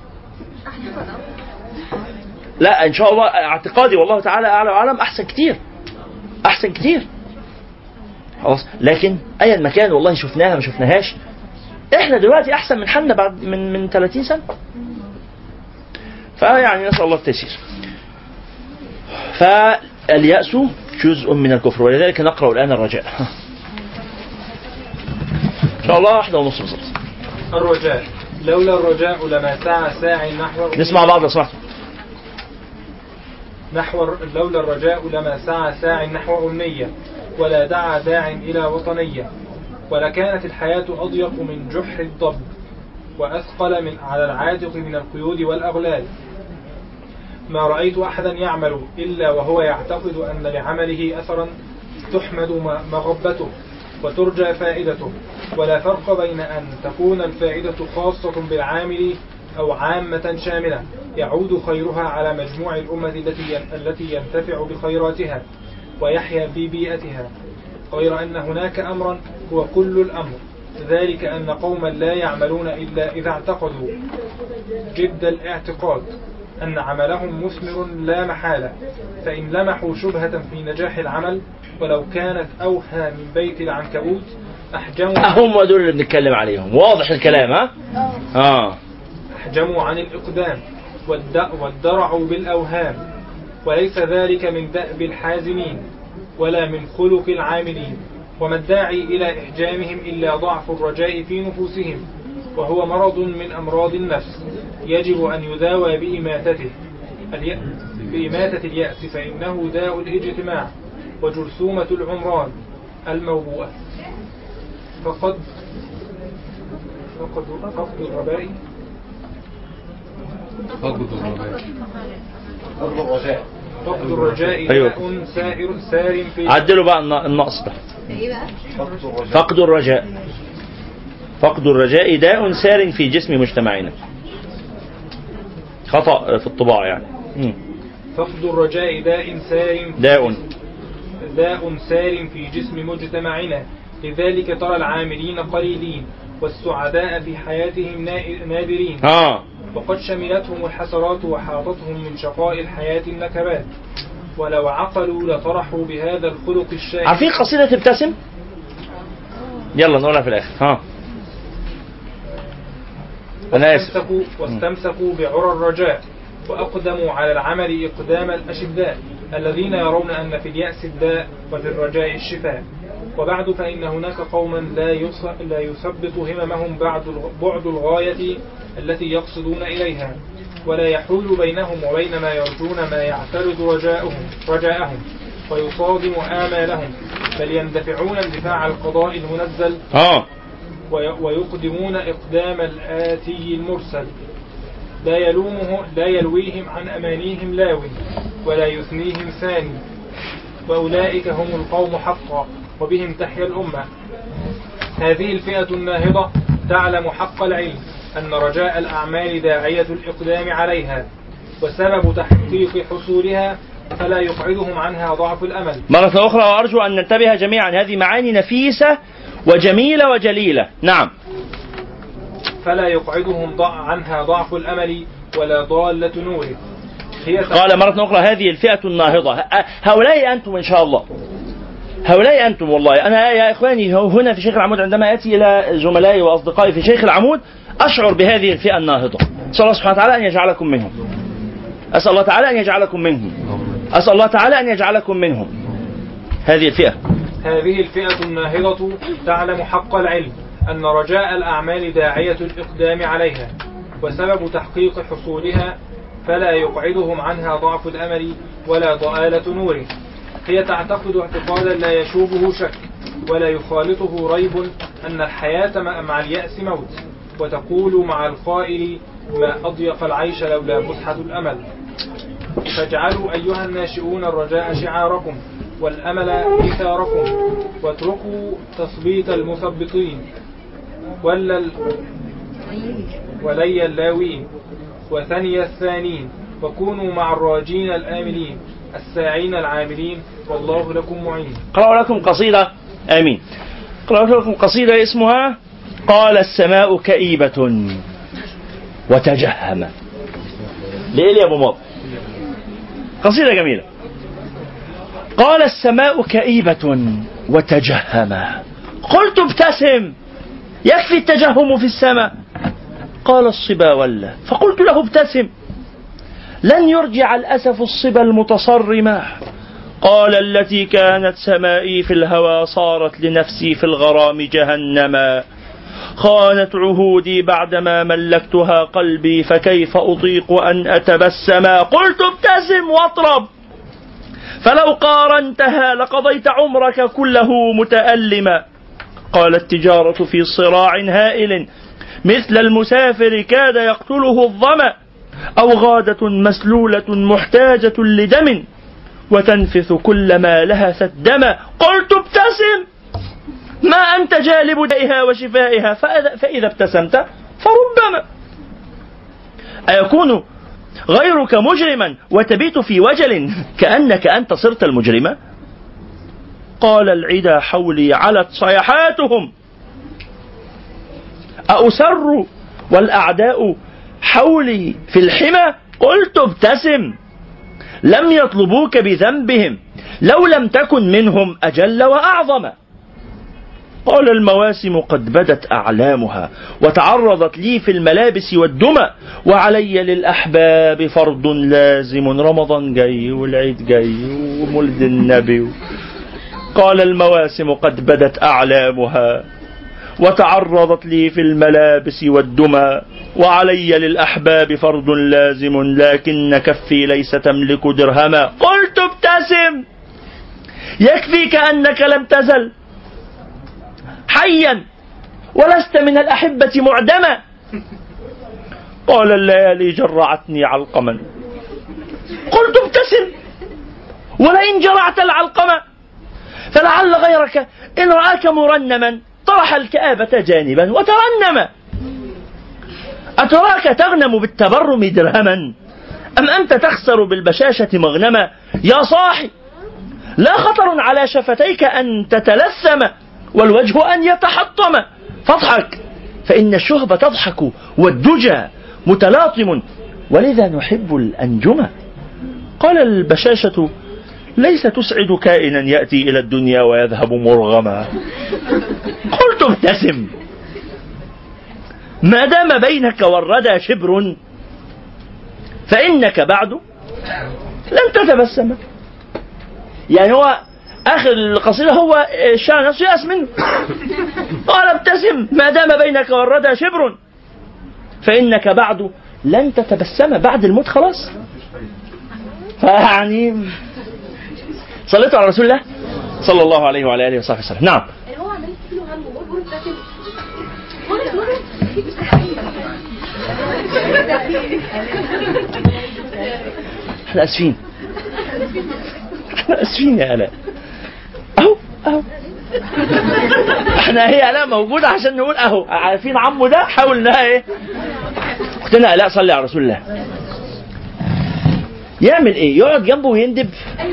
لا ان شاء الله اعتقادي والله تعالى اعلى وعلم احسن كتير، احسن كتير. خلاص لكن اي المكان والله شفناها ما شفناهاش، احنا دلوقتي احسن من حالنا بعد من من ثلاثين سنه. فيعني نسال الله التيسير. فاليأس جزء من الكفر، ولذلك نقرأ الآن الرجاء ان شاء الله واحدة ونص بالظبط. الرجاء لولا الرجاء لما سعى ساعي نحو نسمع بعض صح. نحو لولا الرجاء لما سعى ساع نحو أمنية، ولا دعا داع إلى وطنية، ولكانت الحياة أضيق من جحر الضب، وأثقل من على العاتق من القيود والأغلال. ما رأيت أحدا يعمل إلا وهو يعتقد أن لعمله أثرا تحمد مغبته وترجى فائدته، ولا فرق بين أن تكون الفائدة خاصة بالعامل أو عامة شاملة يعود خيرها على مجموع الأمة التي التي ينتفع بخيراتها ويحيا في بيئتها، غير أن هناك أمرا هو كل الأمر، ذلك أن قوما لا يعملون إلا إذا اعتقدوا جد الاعتقاد أن عملهم مثمر لا محالة، فإن لمحوا شبهة في نجاح العمل ولو كانت أوهى من بيت العنكبوت أحجموا هم دول اللي بنتكلم عليهم. واضح الكلام؟ ها؟ آه. أحجموا عن الإقدام وادرعوا بالأوهام، وليس ذلك من دأب الحازمين ولا من خلق العاملين، وما الداعي إلى إحجامهم إلا ضعف الرجاء في نفوسهم، وهو مرض من أمراض النفس يجب أن يداوى بإماتته بإماتة اليأس، فإنه داء الاجتماع وجرثومة العمران الموبوءة. فقد فقد فقد الرجاء فقد الرجاء فقد الرجاء داء سائر سار في عدلوا بقى النقص ده. فقد الرجاء فقد الرجاء داء سار في جسم مجتمعنا. خطأ في الطباع يعني. م. فقد الرجاء داء سار داء داء سار في جسم مجتمعنا، لذلك ترى العاملين قليلين والسعداء في حياتهم نادرين. آه. وقد شملتهم الحسرات وحاطتهم من شقاء الحياة النكبات، ولو عقلوا لطرحوا بهذا الخلق الشائع. عارفين قصيدة ابتسم؟ يلا نقولها في الآخر. ها. أنا آسف. واستمسكوا بعرى الرجاء وأقدموا على العمل إقدام الأشداء الذين يرون أن في اليأس الداء وفي الرجاء الشفاء. وبعد فإن هناك قوما لا يثبت هممهم بعد الغاية التي يقصدون إليها، ولا يحول بينهم وبين ما يرجون ما يعترض رجاءهم رجاءهم ويصادم آمالهم، بل يندفعون اندفاع القضاء المنزل آه. ويقدمون إقدام الآتي المرسل، لا يلومه لا يلويهم عن أمانيهم لاوي ولا يثنيهم ثاني، وأولئك هم القوم حقا وبهم تحيا الأمة. هذه الفئة الناهضة تعلم حق العلم أن رجاء الأعمال داعية الإقدام عليها، وسبب تحقيق حصولها فلا يقعدهم عنها ضعف الأمل. مرة أخرى وأرجو أن ننتبه جميعا، هذه معاني نفيسة وجميلة وجليلة. نعم. فلا يقعدهم ضع عنها ضعف الأمل ولا ضالة نوره. قال مرة أخرى هذه الفئة الناهضة، هؤلاء أنتم إن شاء الله، هؤلاء أنتم والله. أنا يا إخواني هنا في شيخ العمود عندما أتي إلى زملائي وأصدقائي في شيخ العمود أشعر بهذه الفئة الناهضة. أسأل الله سبحانه وتعالى أن يجعلكم منهم. أسأل الله تعالى أن يجعلكم منهم. أسأل الله تعالى أن يجعلكم منهم. هذه الفئة هذه الفئة الناهضة تعلم حق العلم أن رجاء الأعمال داعية الإقدام عليها، وسبب تحقيق حصولها فلا يقعدهم عنها ضعف الأمل ولا ضآلة نوره. هي تعتقد اعتقادا لا يشوبه شك ولا يخالطه ريب أن الحياة مع اليأس موت، وتقول مع القائل ما أضيق العيش لولا فسحة الأمل. فاجعلوا أيها الناشئون الرجاء شعاركم والأمل إثاركم، واتركوا تثبيط المثبطين ولي اللاوين وثني الثانين، وكونوا مع الراجين الآملين الساعين العاملين، والله لكم معين. قرأوا لكم قصيدة آمين. قرأوا لكم قصيدة اسمها قال السماء كئيبة وتجهم. ليه يا أبو ماضي؟ قصيدة جميلة. قال السماء كئيبة وتجهم، قلت ابتسم يكفي التجهم في السماء. قال الصبا ولا، فقلت له ابتسم لن يرجع الأسف الصبا المتصرمة. قال التي كانت سمائي في الهوى صارت لنفسي في الغرام جهنما. خانت عهودي بعدما ملكتها قلبي، فكيف أطيق أن أتبسم. قلت ابتسم واطرب فلو قارنتها لقضيت عمرك كله متألما. قال التجارة في صراع هائل مثل المسافر كاد يقتله الظمأ أو غادة مسلولة محتاجة لدم وتنفث كلما لهثت دما. قلت ابتسم ما أنت جالب دائها وشفائها فإذا ابتسمت فربما. أيكون غيرك مجرما وتبيت في وجل كأنك أنت صرت المجرمة؟ قال العدا حولي علت صيحاتهم أأسر والأعداء حولي في الحمى. قلت ابتسم لم يطلبوك بذنبهم لو لم تكن منهم أجل وأعظم. قال المواسم قد بدت أعلامها وتعرضت لي في الملابس والدمى وعلي للأحباب فرض لازم. رمضان جاي والعيد جاي ومولد النبي. قال المواسم قد بدت أعلامها وتعرضت لي في الملابس والدمى وعلي للأحباب فرض لازم لكن كفي ليس تملك درهما. قلت ابتسم يكفيك أنك لم تزل حيا ولست من الأحبة معدما. قال الليالي جرعتني علقما. قلت ابتسم ولئن جرعت العلقمة فلعل غيرك إن رآك مرنما طرح الكآبة جانبا وترنما. أتراك تغنم بالتبرم درهما أم أنت تخسر بالبشاشة مغنما. يا صاحي لا خطر على شفتيك أن تتلثم والوجه أن يتحطم فاضحك فإن الشهب تضحك والدجى متلاطم ولذا نحب الأنجم. قال البشاشة ليس تسعد كائنا يأتي إلى الدنيا ويذهب مرغما. قلت ابتسم ما دام بينك والردى شبر فإنك بعد لن تتبسم. يعني هو آخر القصيدة هو الشاعر نفسه يأس منه. قال ابتسم ما دام بينك والردى شبر فإنك بعد لن تتبسم. بعد الموت خلاص. فيعني صليت على رسول الله صلى الله عليه وعلى آله وصحبه وسلم. نعم. هو عمال يقول له هم ويقول ابتسم. احنا اسفين احنا اسفين يا آلاء. اهو اهو احنا هي آلاء موجودة عشان نقول اهو عارفين عمو ده حاول انها ايه. اختنا آلاء صلي على رسول الله يعمل ايه؟ يقعد جنبه ويندب.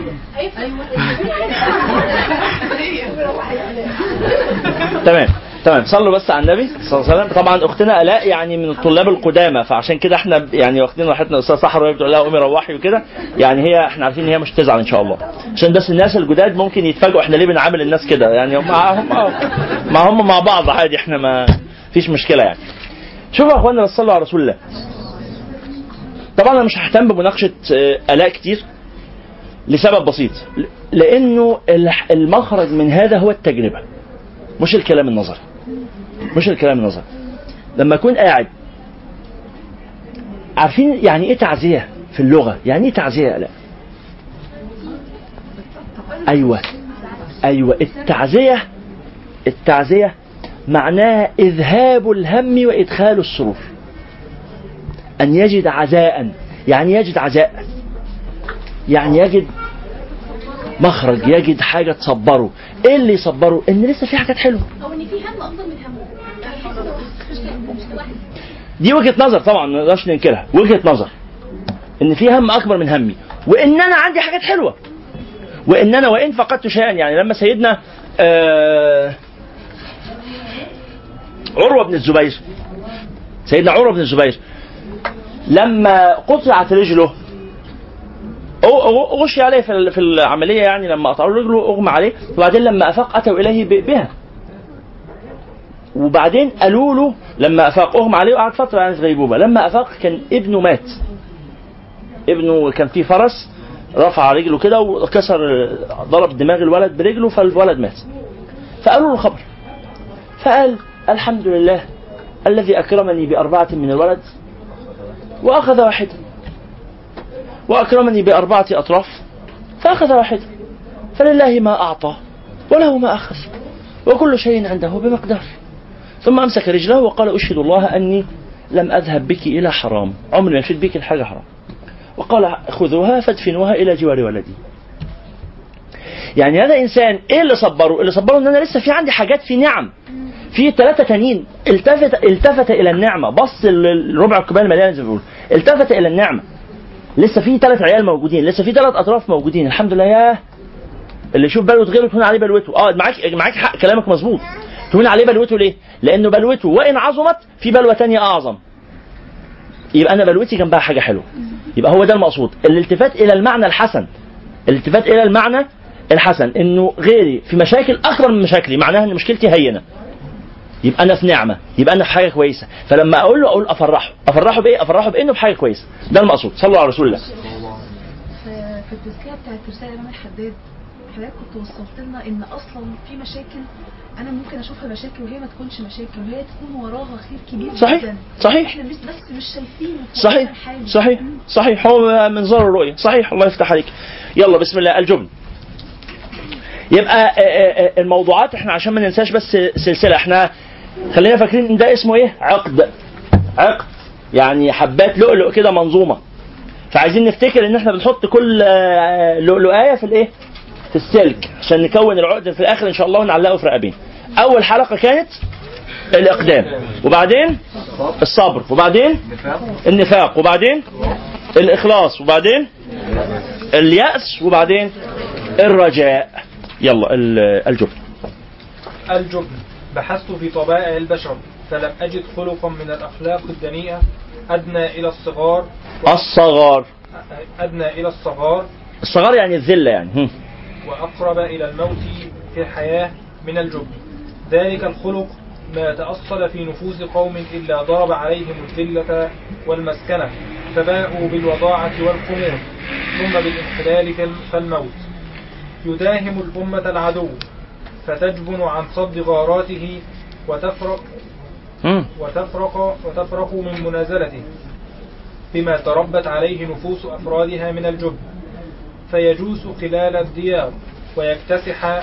تمام تمام صلوا بس على النبي صلى الله عليه وسلم. طبعا اختنا آلاء يعني من الطلاب القدامى فعشان كده احنا يعني واخدين راحتنا. استاذ صحر وهي بتقول لها قومي روحي وكده يعني هي احنا عارفين ان هي مش تزعل ان شاء الله عشان بس الناس الجداد ممكن يتفاجئوا احنا ليه بنعامل الناس كده يعني معهم مع هم مع بعض عادي احنا ما فيش مشكله يعني. شوفوا يا اخوانا بس صلوا على رسول الله. طبعا انا مش ههتم بمناقشه آلاء كتير لسبب بسيط لانه المخرج من هذا هو التجربه مش الكلام النظري مش الكلام النظري. لما اكون قاعد عارفين يعني ايه تعزيه في اللغه؟ يعني ايه تعزيه يا آلاء؟ ايوه ايوه التعزيه التعزيه معناها اذهاب الهم وادخال السرور. أن يجد عزاء يعني يجد عزاء يعني يجد مخرج يجد حاجة تصبره. إيه اللي يصبره؟ إن لسه في حاجات حلوة أو إن في هم أكتر من همه. دي وجهة نظر طبعا ما نقدرش ننكرها وجهة نظر إن في هم أكبر من همي وإن أنا عندي حاجات حلوة وإن أنا وإن فقدت شيئا. يعني لما سيدنا آه عروة بن الزبير سيدنا عروة بن الزبير لما قطعت رجله غشي عليه في العملية يعني لما قطعوا رجله أغمى عليه وبعدين لما أفاق أتوا إليه بها وبعدين قالوا له لما أفاق أغمى عليه وقعد فترة يعني في غيبوبة. لما أفاق كان ابنه مات. ابنه كان فيه فرس رفع رجله كده وكسر ضرب دماغ الولد برجله فالولد مات. فقالوا له الخبر فقال الحمد لله الذي أكرمني بأربعة من الولد وأخذ واحدة وأكرمني بأربعة أطراف فأخذ واحدة فلله ما أعطى وله ما أخذ وكل شيء عنده بمقدار. ثم أمسك رجله وقال أشهد الله أني لم أذهب بك إلى حرام، عمري ما مشيت بك لحاجة حرام. وقال خذوها فادفنوها إلى جوار ولدي. يعني هذا إنسان إيه اللي صبره؟ اللي صبره إن أنا لسه في عندي حاجات، في نعم، في ثلاثة تانيين. التفت التفت إلى النعمة، بص الربع الكوباية المليان زي ما بيقولوا، التفت إلى النعمة. لسه في ثلاث عيال موجودين، لسه في ثلاث أطراف موجودين، الحمد لله. ياه اللي يشوف بلوة غيره تهون عليه بلوته. اه معاك معاك حق، كلامك مظبوط. تهون عليه بلوته ليه؟ لأنه بلوته وإن عظمت في بلوة تانية أعظم. يبقى أنا بلوتي جنبها حاجة حلوة. يبقى هو ده المقصود، الالتفات إلى المعنى الحسن. الالتفات إلى المعنى الحسن، إنه غيري في مشاكل أكبر من مشاكلي، معناها إن مشكلتي هينة. يبقى أنا في نعمة، يبقى أنا في حاجة كويسة. فلما أقول له أقول أفرحه، أفرحه بإيه؟ أفرحه بإنه في حاجة كويسة. ده المقصود. صلوا على رسول الله. في التزكية بتاعت رسالة الإمام الحداد حضرتك كنت وصلت لنا إن أصلا في مشاكل أنا ممكن أشوفها مشاكل وهي ما تكونش مشاكل، وهي تكون وراها خير كبير صحيح. جدا. صحيح. إحنا بس بس مش شايفين. صحيح صحيح صحيح. هو منظار الرؤية. صحيح. الله يفتح عليك. يلا بسم الله. الجبن. يبقى الموضوعات احنا عشان ما ننساش بس سلسلة، احنا خلينا فاكرين ان ده اسمه ايه؟ عقد. عقد يعني حبات لؤلؤ كده منظومة. فعايزين نفتكر ان احنا بنحط كل لؤلؤاية في الايه؟ في السلك عشان نكون العقد في الاخر ان شاء الله ونعلقه في رقبين. اول حلقة كانت الاقدام، وبعدين الصبر، وبعدين النفاق، وبعدين الاخلاص، وبعدين اليأس، وبعدين الرجاء. يلا الجبن. الجبن. بحثت في طبائع البشر فلم أجد خلقا من الأخلاق الدنيئة أدنى إلى الصغار الصغار أدنى إلى الصغار الصغار يعني الذلة يعني وأقرب إلى الموت في الحياة من الجبن. ذلك الخلق ما تأصل في نفوس قوم إلا ضرب عليهم الذلة والمسكنة فباءوا بالوضاعة والخمول ثم بالانحلال فالموت. يداهم الأمة العدو فتجبن عن صد غاراته وتفرق وتفرق وتفرق من منازلته بما تربت عليه نفوس أفرادها من الجبن، فيجوس خلال الديار ويكتسح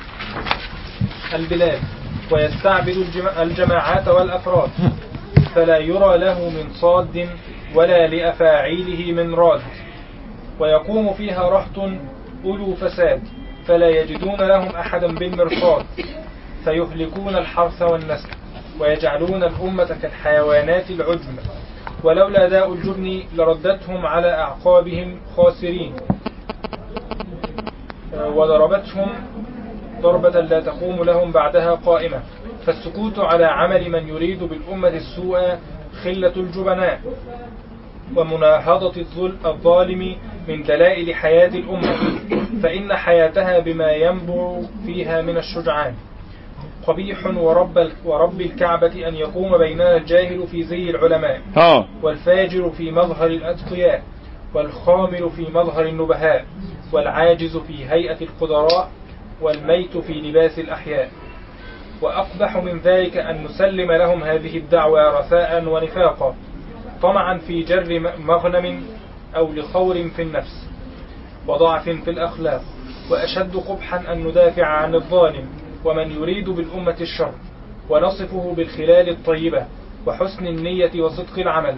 البلاد ويستعبد الجماعات والأفراد، فلا يرى له من صاد ولا لأفاعيله من راد، ويقوم فيها رهط أولو فساد فلا يجدون لهم أحدا بالمرصاد، فيهلكون الحرث والنسل ويجعلون الأمة كالحيوانات العجم، ولولا داء الجبن لردتهم على أعقابهم خاسرين وضربتهم ضربة لا تقوم لهم بعدها قائمة. فالسكوت على عمل من يريد بالأمة السوء خلة الجبناء ومناهضة الظالم من دلائل حياة الأمة، فإن حياتها بما ينبع فيها من الشجعان. قبيح ورب ورب الكعبة أن يقوم بيننا الجاهل في زي العلماء والفاجر في مظهر الأتقياء والخامل في مظهر النبهاء والعاجز في هيئة القدراء والميت في لباس الأحياء. وأقبح من ذلك أن نسلم لهم هذه الدعوى رثاء ونفاقا طمعا في جر مغنم أو لخور في النفس وضعف في الأخلاق. وأشد قبحا أن ندافع عن الظالم ومن يريد بالأمة الشر ونصفه بالخلال الطيبة وحسن النية وصدق العمل.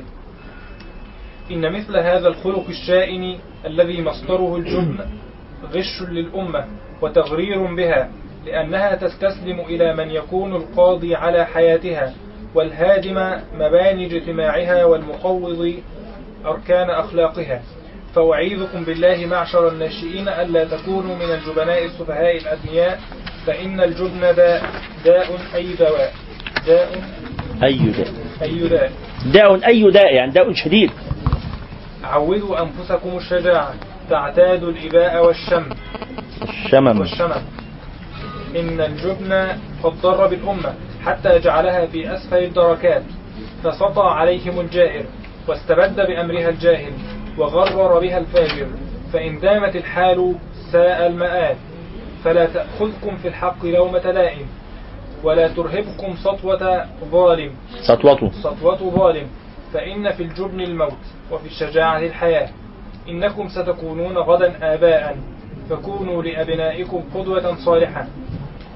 إن مثل هذا الخلق الشائن الذي مصدره الجبن غش للأمة وتغرير بها، لأنها تستسلم إلى من يكون القاضي على حياتها والهادم مباني اجتماعها والمقوض أركان أخلاقها. فأعيذكم بالله معشر الناشئين ألا تكونوا من الجبناء السفهاء الأدنياء، فإن الجبن داء داء أي دواء داء أي داء أي داء داء أي داء يعني داء شديد. عودوا أنفسكم الشجاعة تعتاد الإباء والشم الشمم والشمم. إن الجبن قد ضر بالأمة حتى جعلها في أسفل الدركات، فسطى عليهم الجائر واستبد بأمرها الجاهل وغرر بها الفاجر. فإن دامت الحال ساء المآل، فلا تأخذكم في الحق لومة لائم ولا ترهبكم سطوة ظالم سطوة سطوة ظالم فإن في الجبن الموت وفي الشجاعة الحياة. إنكم ستكونون غدا آباء، فكونوا لأبنائكم قدوة صالحة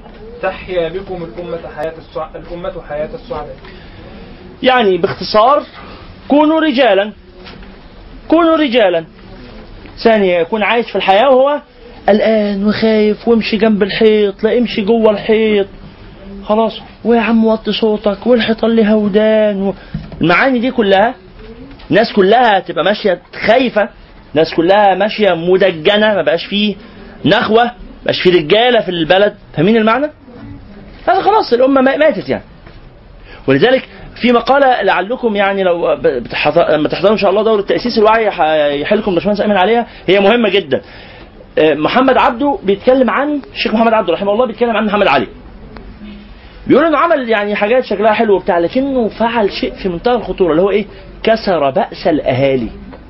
تحيا بكم الأمة حياة السع... الأمة حياة السعداء. يعني باختصار كونوا رجالا، كونوا رجالا. ثانيا يكون عايش في الحياة وهو قلقان وخايف، وامشي جنب الحيط، لا امشي جوه الحيط، خلاص، ويا عم وطي صوتك، والحيطان ليها ودان و... المعاني دي كلها الناس كلها تبقى ماشية خايفة، الناس كلها ماشية مدجنة، ما بقاش فيه نخوة، ما بقاش فيه رجالة في البلد. فاهمين المعنى؟ هذا خلاص الأمة ماتت يعني. ولذلك في مقالة لعلكم يعني لو بتحضر... لما تحضروا إن شاء الله دورة تأسيس الوعي يحلكم باشمهندس أمين عليها، هي مهمة جدا. محمد عبده بيتكلم عن الشيخ محمد عبده رحمه الله، بيتكلم عن محمد علي، بيقول انه عمل يعني حاجات شكلها حلو وبتاع، لكنه فعل شيء في منتهى الخطوره اللي هو ايه؟ كسر بأس الاهالي.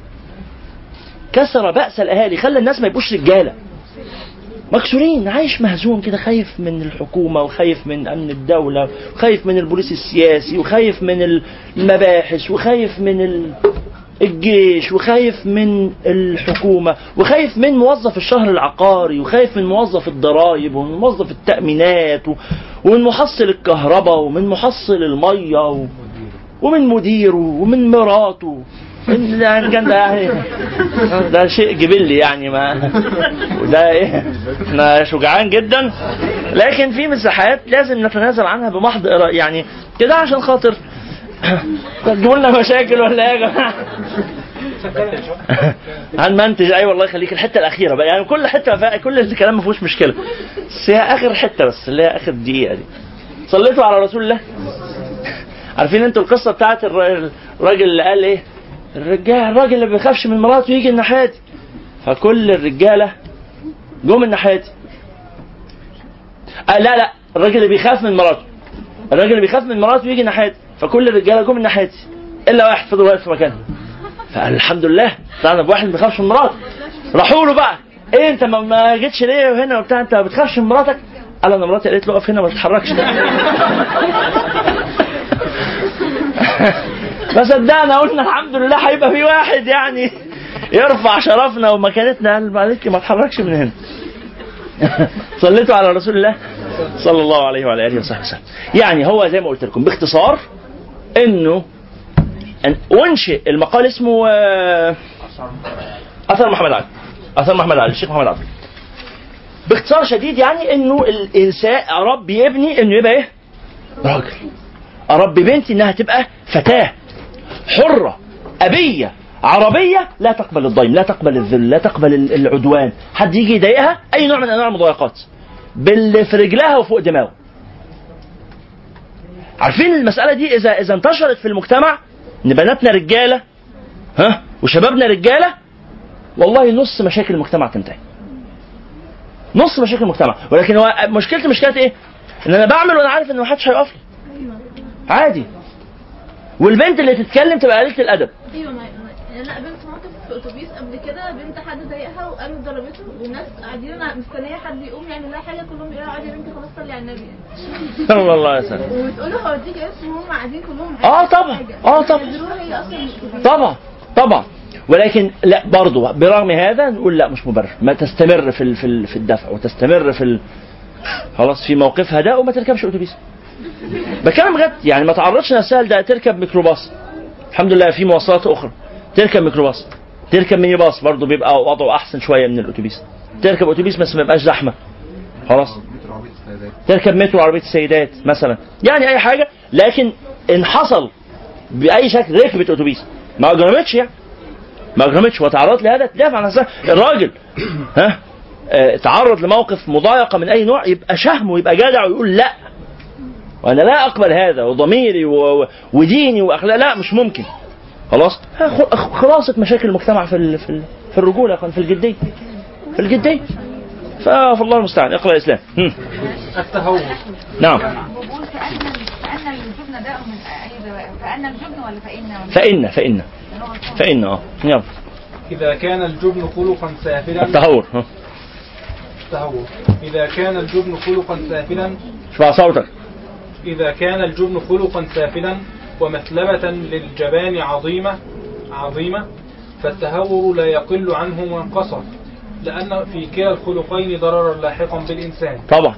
كسر بأس الاهالي، خلى الناس ما يبقوش رجاله، مكسورين، عايش مهزوم كده، خايف من الحكومه، وخايف من امن الدوله، وخايف من البوليس السياسي، وخايف من المباحث، وخايف من الجيش، وخايف من الحكومه، وخايف من موظف الشهر العقاري، وخايف من موظف الضرائب، ومن موظف التأمينات، ومن محصل الكهرباء، ومن محصل الميه، ومن مديره، ومن مراته. ده كان ده يعني ده شيء جبلي يعني، ما وده ايه، احنا شجعان جدا، لكن في مساحات لازم نتنازل عنها بمحض يعني كده عشان خاطر تجيبوا لنا مشاكل ولا ايه يا جماعه؟ هنمنتج. اي والله يخليك الحته الاخيره بقى، يعني كل حته كل الكلام ما فيهوش مشكله، بس هي اخر حته، بس اللي هي اخر دقيقه دي. صليتوا على رسول الله. عارفين انتوا القصه بتاعت الراجل اللي قال ايه؟ الرجال الراجل اللي ما بيخافش من مراته يجي الناحيتي، فكل الرجاله جم الناحيتي. آه لا لا الراجل اللي بيخاف من مراته، الراجل اللي بيخاف من مراته يجي ناحيتي، فكل الرجاله جم من ناحيتي الا واحد فضل واقف في مكانه. فقال الحمد لله طلعنا بواحد ما بيخافش من مراته. راحوا له بقى، ايه انت ما جيتش ليه هنا وبتاع، انت ما بتخافش من مراتك؟ قال انا مراتي قالت له اقف هنا ما تتحركش. فصدقنا قلنا الحمد لله هيبقى في واحد يعني يرفع شرفنا ومكانتنا. قال معلش ما تتحركش من هنا. صليتوا على رسول الله صلى الله عليه وعلى اله وصحبه وسلم. يعني هو زي ما قلت لكم باختصار انه أن انشئ المقال اسمه اثر محمد علي، اثر محمد علي الشيخ محمد علي. باختصار شديد يعني انه الانسان اربي ابني انه يبقى ايه؟ راجل. اربي بنتي انها تبقى فتاه حره ابيه عربيه لا تقبل الضيم، لا تقبل الذل، لا تقبل العدوان، حد يجي يضايقها اي نوع من انواع المضايقات باللي في رجلها وفوق دماغه. عارفين المساله دي اذا اذا انتشرت في المجتمع ان بناتنا رجاله ها وشبابنا رجاله، والله نص مشاكل المجتمع تنتهي، نص مشاكل المجتمع. ولكن هو مشكلتي مشكلة ايه؟ ان انا بعمل وانا عارف ان ما حدش هيقف لي عادي، والبنت اللي تتكلم تبقى قليلة الادب. ايوه لا بنت موقف في اتوبيس قبل كده، بنت حد ضايقها وقامت ضربته، والناس قاعدين مستنيه حد يقوم يعني لا حاجه، كلهم بيقولوا عادي يا بنتي خلاص صلي على النبي صلى الله عليه وسلم، وتقولوا هوديك اسم وهم قاعدين كلهم اه طبعا اه طبعا طبعا طبعا. ولكن لا برضه برغم هذا نقول لا مش مبرر، ما تستمر في في في الدفع وتستمر في ال... خلاص في موقفها ده، وما تركبش اتوبيس. بكلام بجد يعني، ما تعرضش نفسها لده، تركب ميكروباص، الحمد لله في مواصلات اخرى، تركب ميكروباص، تركب ميني باص برضه بيبقى وضعه احسن شويه من الاتوبيس، تركب اتوبيس بس ما يبقاش زحمه خلاص، تركب مترو عربيه السيدات مثلا، يعني اي حاجه. لكن ان حصل باي شكل ركبت اتوبيس ما اجرمتش يعني، ما اجرمتش وتعرضت لهذا تدافع عن نفسها. الراجل ها اه تعرض لموقف مضايقه من اي نوع يبقى شهم ويبقى جدع ويقول لا وانا لا اقبل هذا، وضميري وديني واخلاق لا مش ممكن. خلاص خلاصه مشاكل المجتمع في ال في, ال في الرجوله في الجديه في الجديه فالله المستعان. اقرا الاسلام. التهور. نعم. فأن الجبن داء من أي دواء، فأن الجبن ولا فإن فإن فإن فإن اه يلا. إذا كان الجبن خلقا سافلا. التهور. ها. التهور. إذا كان الجبن خلقا سافلا. اشبع صوتك. إذا كان الجبن خلقا سافلا ومثلبة للجبان عظيمة عظيمة فالتهور لا يقل عنه وانقصر، لأن في كلا الخلقين ضررا لاحقا بالإنسان. طبعا.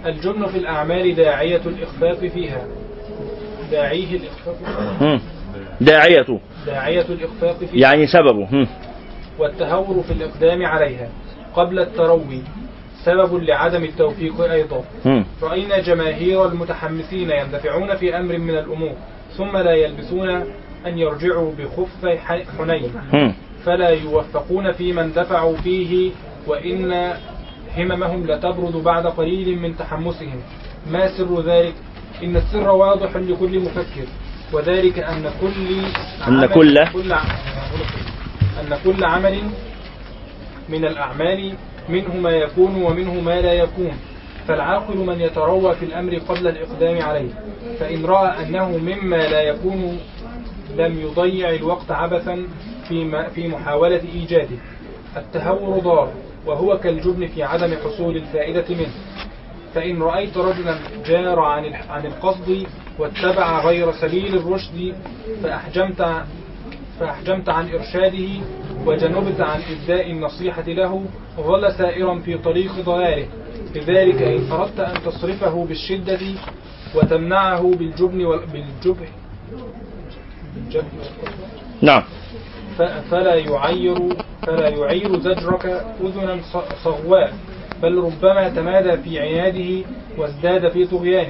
الجبن في الأعمال داعية الإخفاق فيها داعيه الإخفاق مم. داعية داعية الإخفاق فيها يعني سببه. مم. والتهور في الإقدام عليها قبل التروي سبب لعدم التوفيق أيضا. مم. رأينا جماهير المتحمسين يندفعون في أمر من الأمور ثم لا يلبسون أن يرجعوا بخف حنين مم. فلا يوفقون في من دفعوا فيه وإن هممهم لتبرد بعد قليل من تحمسهم. ما سر ذلك؟ إن السر واضح لكل مفكر وذلك أن كل أن كل كل أن كل عمل من الأعمال منه ما يكون ومنه ما لا يكون، فالعاقل من يتروى في الأمر قبل الإقدام عليه، فإن رأى أنه مما لا يكون لم يضيع الوقت عبثا في في محاولة إيجاده. التهور ضار وهو كالجبن في عدم حصول الفائدة منه. فإن رأيت رجلا جار عن عن القصد واتبع غير سبيل الرشد فأحجمت فأحجمت عن إرشاده وجنبت عن إبداء النصيحة له ظل سائرا في طريق ضلاله. لذلك إن أردت أن تصرفه بالشدة وتمنعه بالجبن والجبن نعم فلا يعير فلا يعير زجرك أذنا صغواء، بل ربما تمادى في عناده وازداد في طغيانه،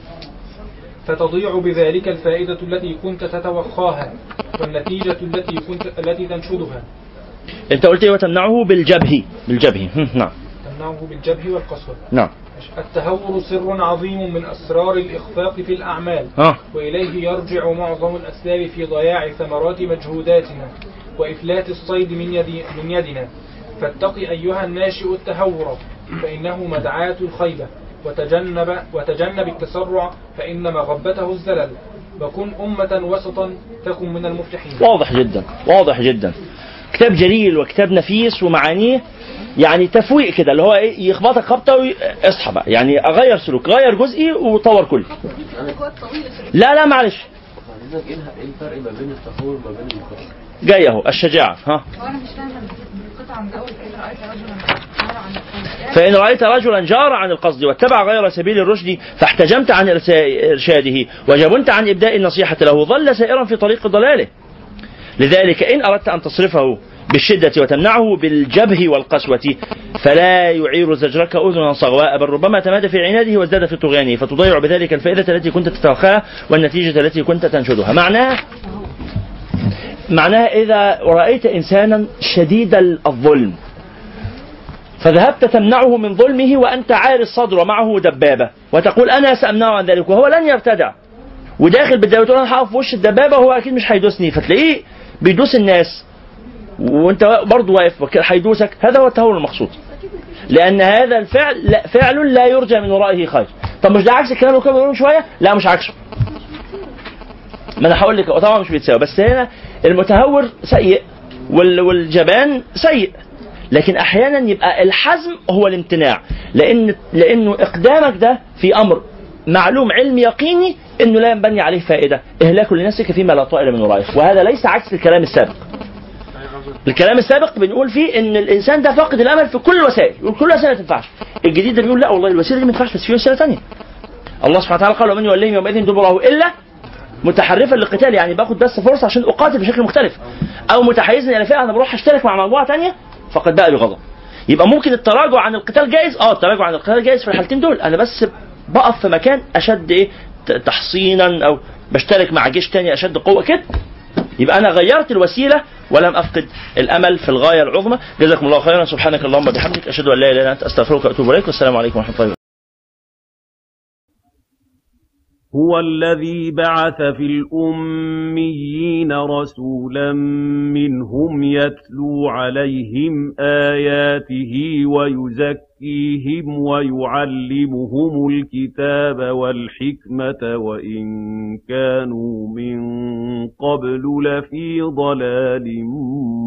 فتضيع بذلك الفائدة التي كنت تتوخاها والنتيجة التي كنت التي تنشدها. أنت قلت وتمنعه بالجبه بالجبه نعم تمنعه بالجبه والقسوة. نعم. التهور سر عظيم من أسرار الإخفاق في الأعمال آه. وإليه يرجع معظم الأسباب في ضياع ثمرات مجهوداتنا وإفلات الصيد من, يدي من يدنا. فاتق أيها الناشئ التهور فإنه مدعاة الخيبة، وتجنب, وتجنب التسرع فإن مغبته الزلل، وكن أمة وسطا تكن من المفلحين. واضح جدا واضح جدا. كتاب جليل وكتاب نفيس ومعانيه يعني تفويق كده اللي هو ايه يخبطك خبطه واصحى بقى يعني اغير سلوك غير جزئي وطور كلي. لا لا معلش ايه الفرق ما بين التهور وما بين المخاطره؟ جاي اهو الشجاعه. ها هو انا مش فاهمه القطعه من اول فإن رأيت رجلا جار عن القصد فإن رأيت رجلا جار عن القصد واتبع غير سبيل الرشد فاحتجمت عن إرشاده وجبنت عن إبداء النصيحة له ظل سائرا في طريق ضلاله. لذلك إن أردت أن تصرفه بالشدة وتمنعه بالجبه والقسوة فلا يعير زجرك أذنا صغواء، بل ربما تمادى في عناده وازداد في طغيانه، فتضيع بذلك الفائدة التي كنت تتوخاها والنتيجة التي كنت تنشدها. معناها معناها إذا رأيت إنسانا شديد الظلم فذهبت تمنعه من ظلمه وأنت عاري الصدر ومعه دبابة وتقول أنا سأمنعه عن ذلك وهو لن يرتدع وداخل بالدبابة تقول أنا هقف في وش الدبابة وهو أكيد مش هيدوسني، فتلاقيه بيدوس الناس وأنت برضه واقف هيدوسك. هذا هو التهور المقصود، لأن هذا الفعل لا فعل لا يرجى من ورائه خير. طب مش ده عكس الكلام اللي كنا بنقوله شوية؟ لا مش عكسه. ما أنا هقول لك طبعا مش بيتساوي، بس هنا المتهور سيء والجبان سيء، لكن أحيانا يبقى الحزم هو الامتناع، لأن لأنه إقدامك ده في أمر معلوم علم يقيني إنه لا ينبني عليه فائدة، إهلاك لنفسك فيما لا طائل من ورائه، وهذا ليس عكس الكلام السابق. الكلام السابق بنقول فيه إن الإنسان ده فاقد الأمل في كل الوسائل، يقول كل وسيلة ما تنفعش. الجديد ده بيقول لا والله الوسيلة دي ما تنفعش، بس في وسيلة ثانية. الله سبحانه وتعالى قال ومن يوليهم يومئذ دبره إلا متحرفا للقتال، يعني باخد بس فرصة عشان أقاتل بشكل مختلف، أو متحيزا إلى فئة أنا بروح أشترك مع مجموعة ثانية فقد باء بغضب. يبقى ممكن التراجع عن القتال جائز، اه التراجع عن القتال جائز في الحالتين دول، انا بس بقف في مكان اشد ايه تحصينا او بشترك مع جيش تاني اشد قوه كده، يبقى انا غيرت الوسيله ولم افقد الامل في الغايه العظمى. جزاكم الله خيرا، سبحانك اللهم وبحمدك اشهد ان لا اله الا انت استغفرك واتوب اليك، والسلام عليكم ورحمه الله وبركاته. هو الذي بعث في الأميين رسولا منهم يتلو عليهم آياته ويزكيهم ويعلمهم الكتاب والحكمة وإن كانوا من قبل لفي ضلال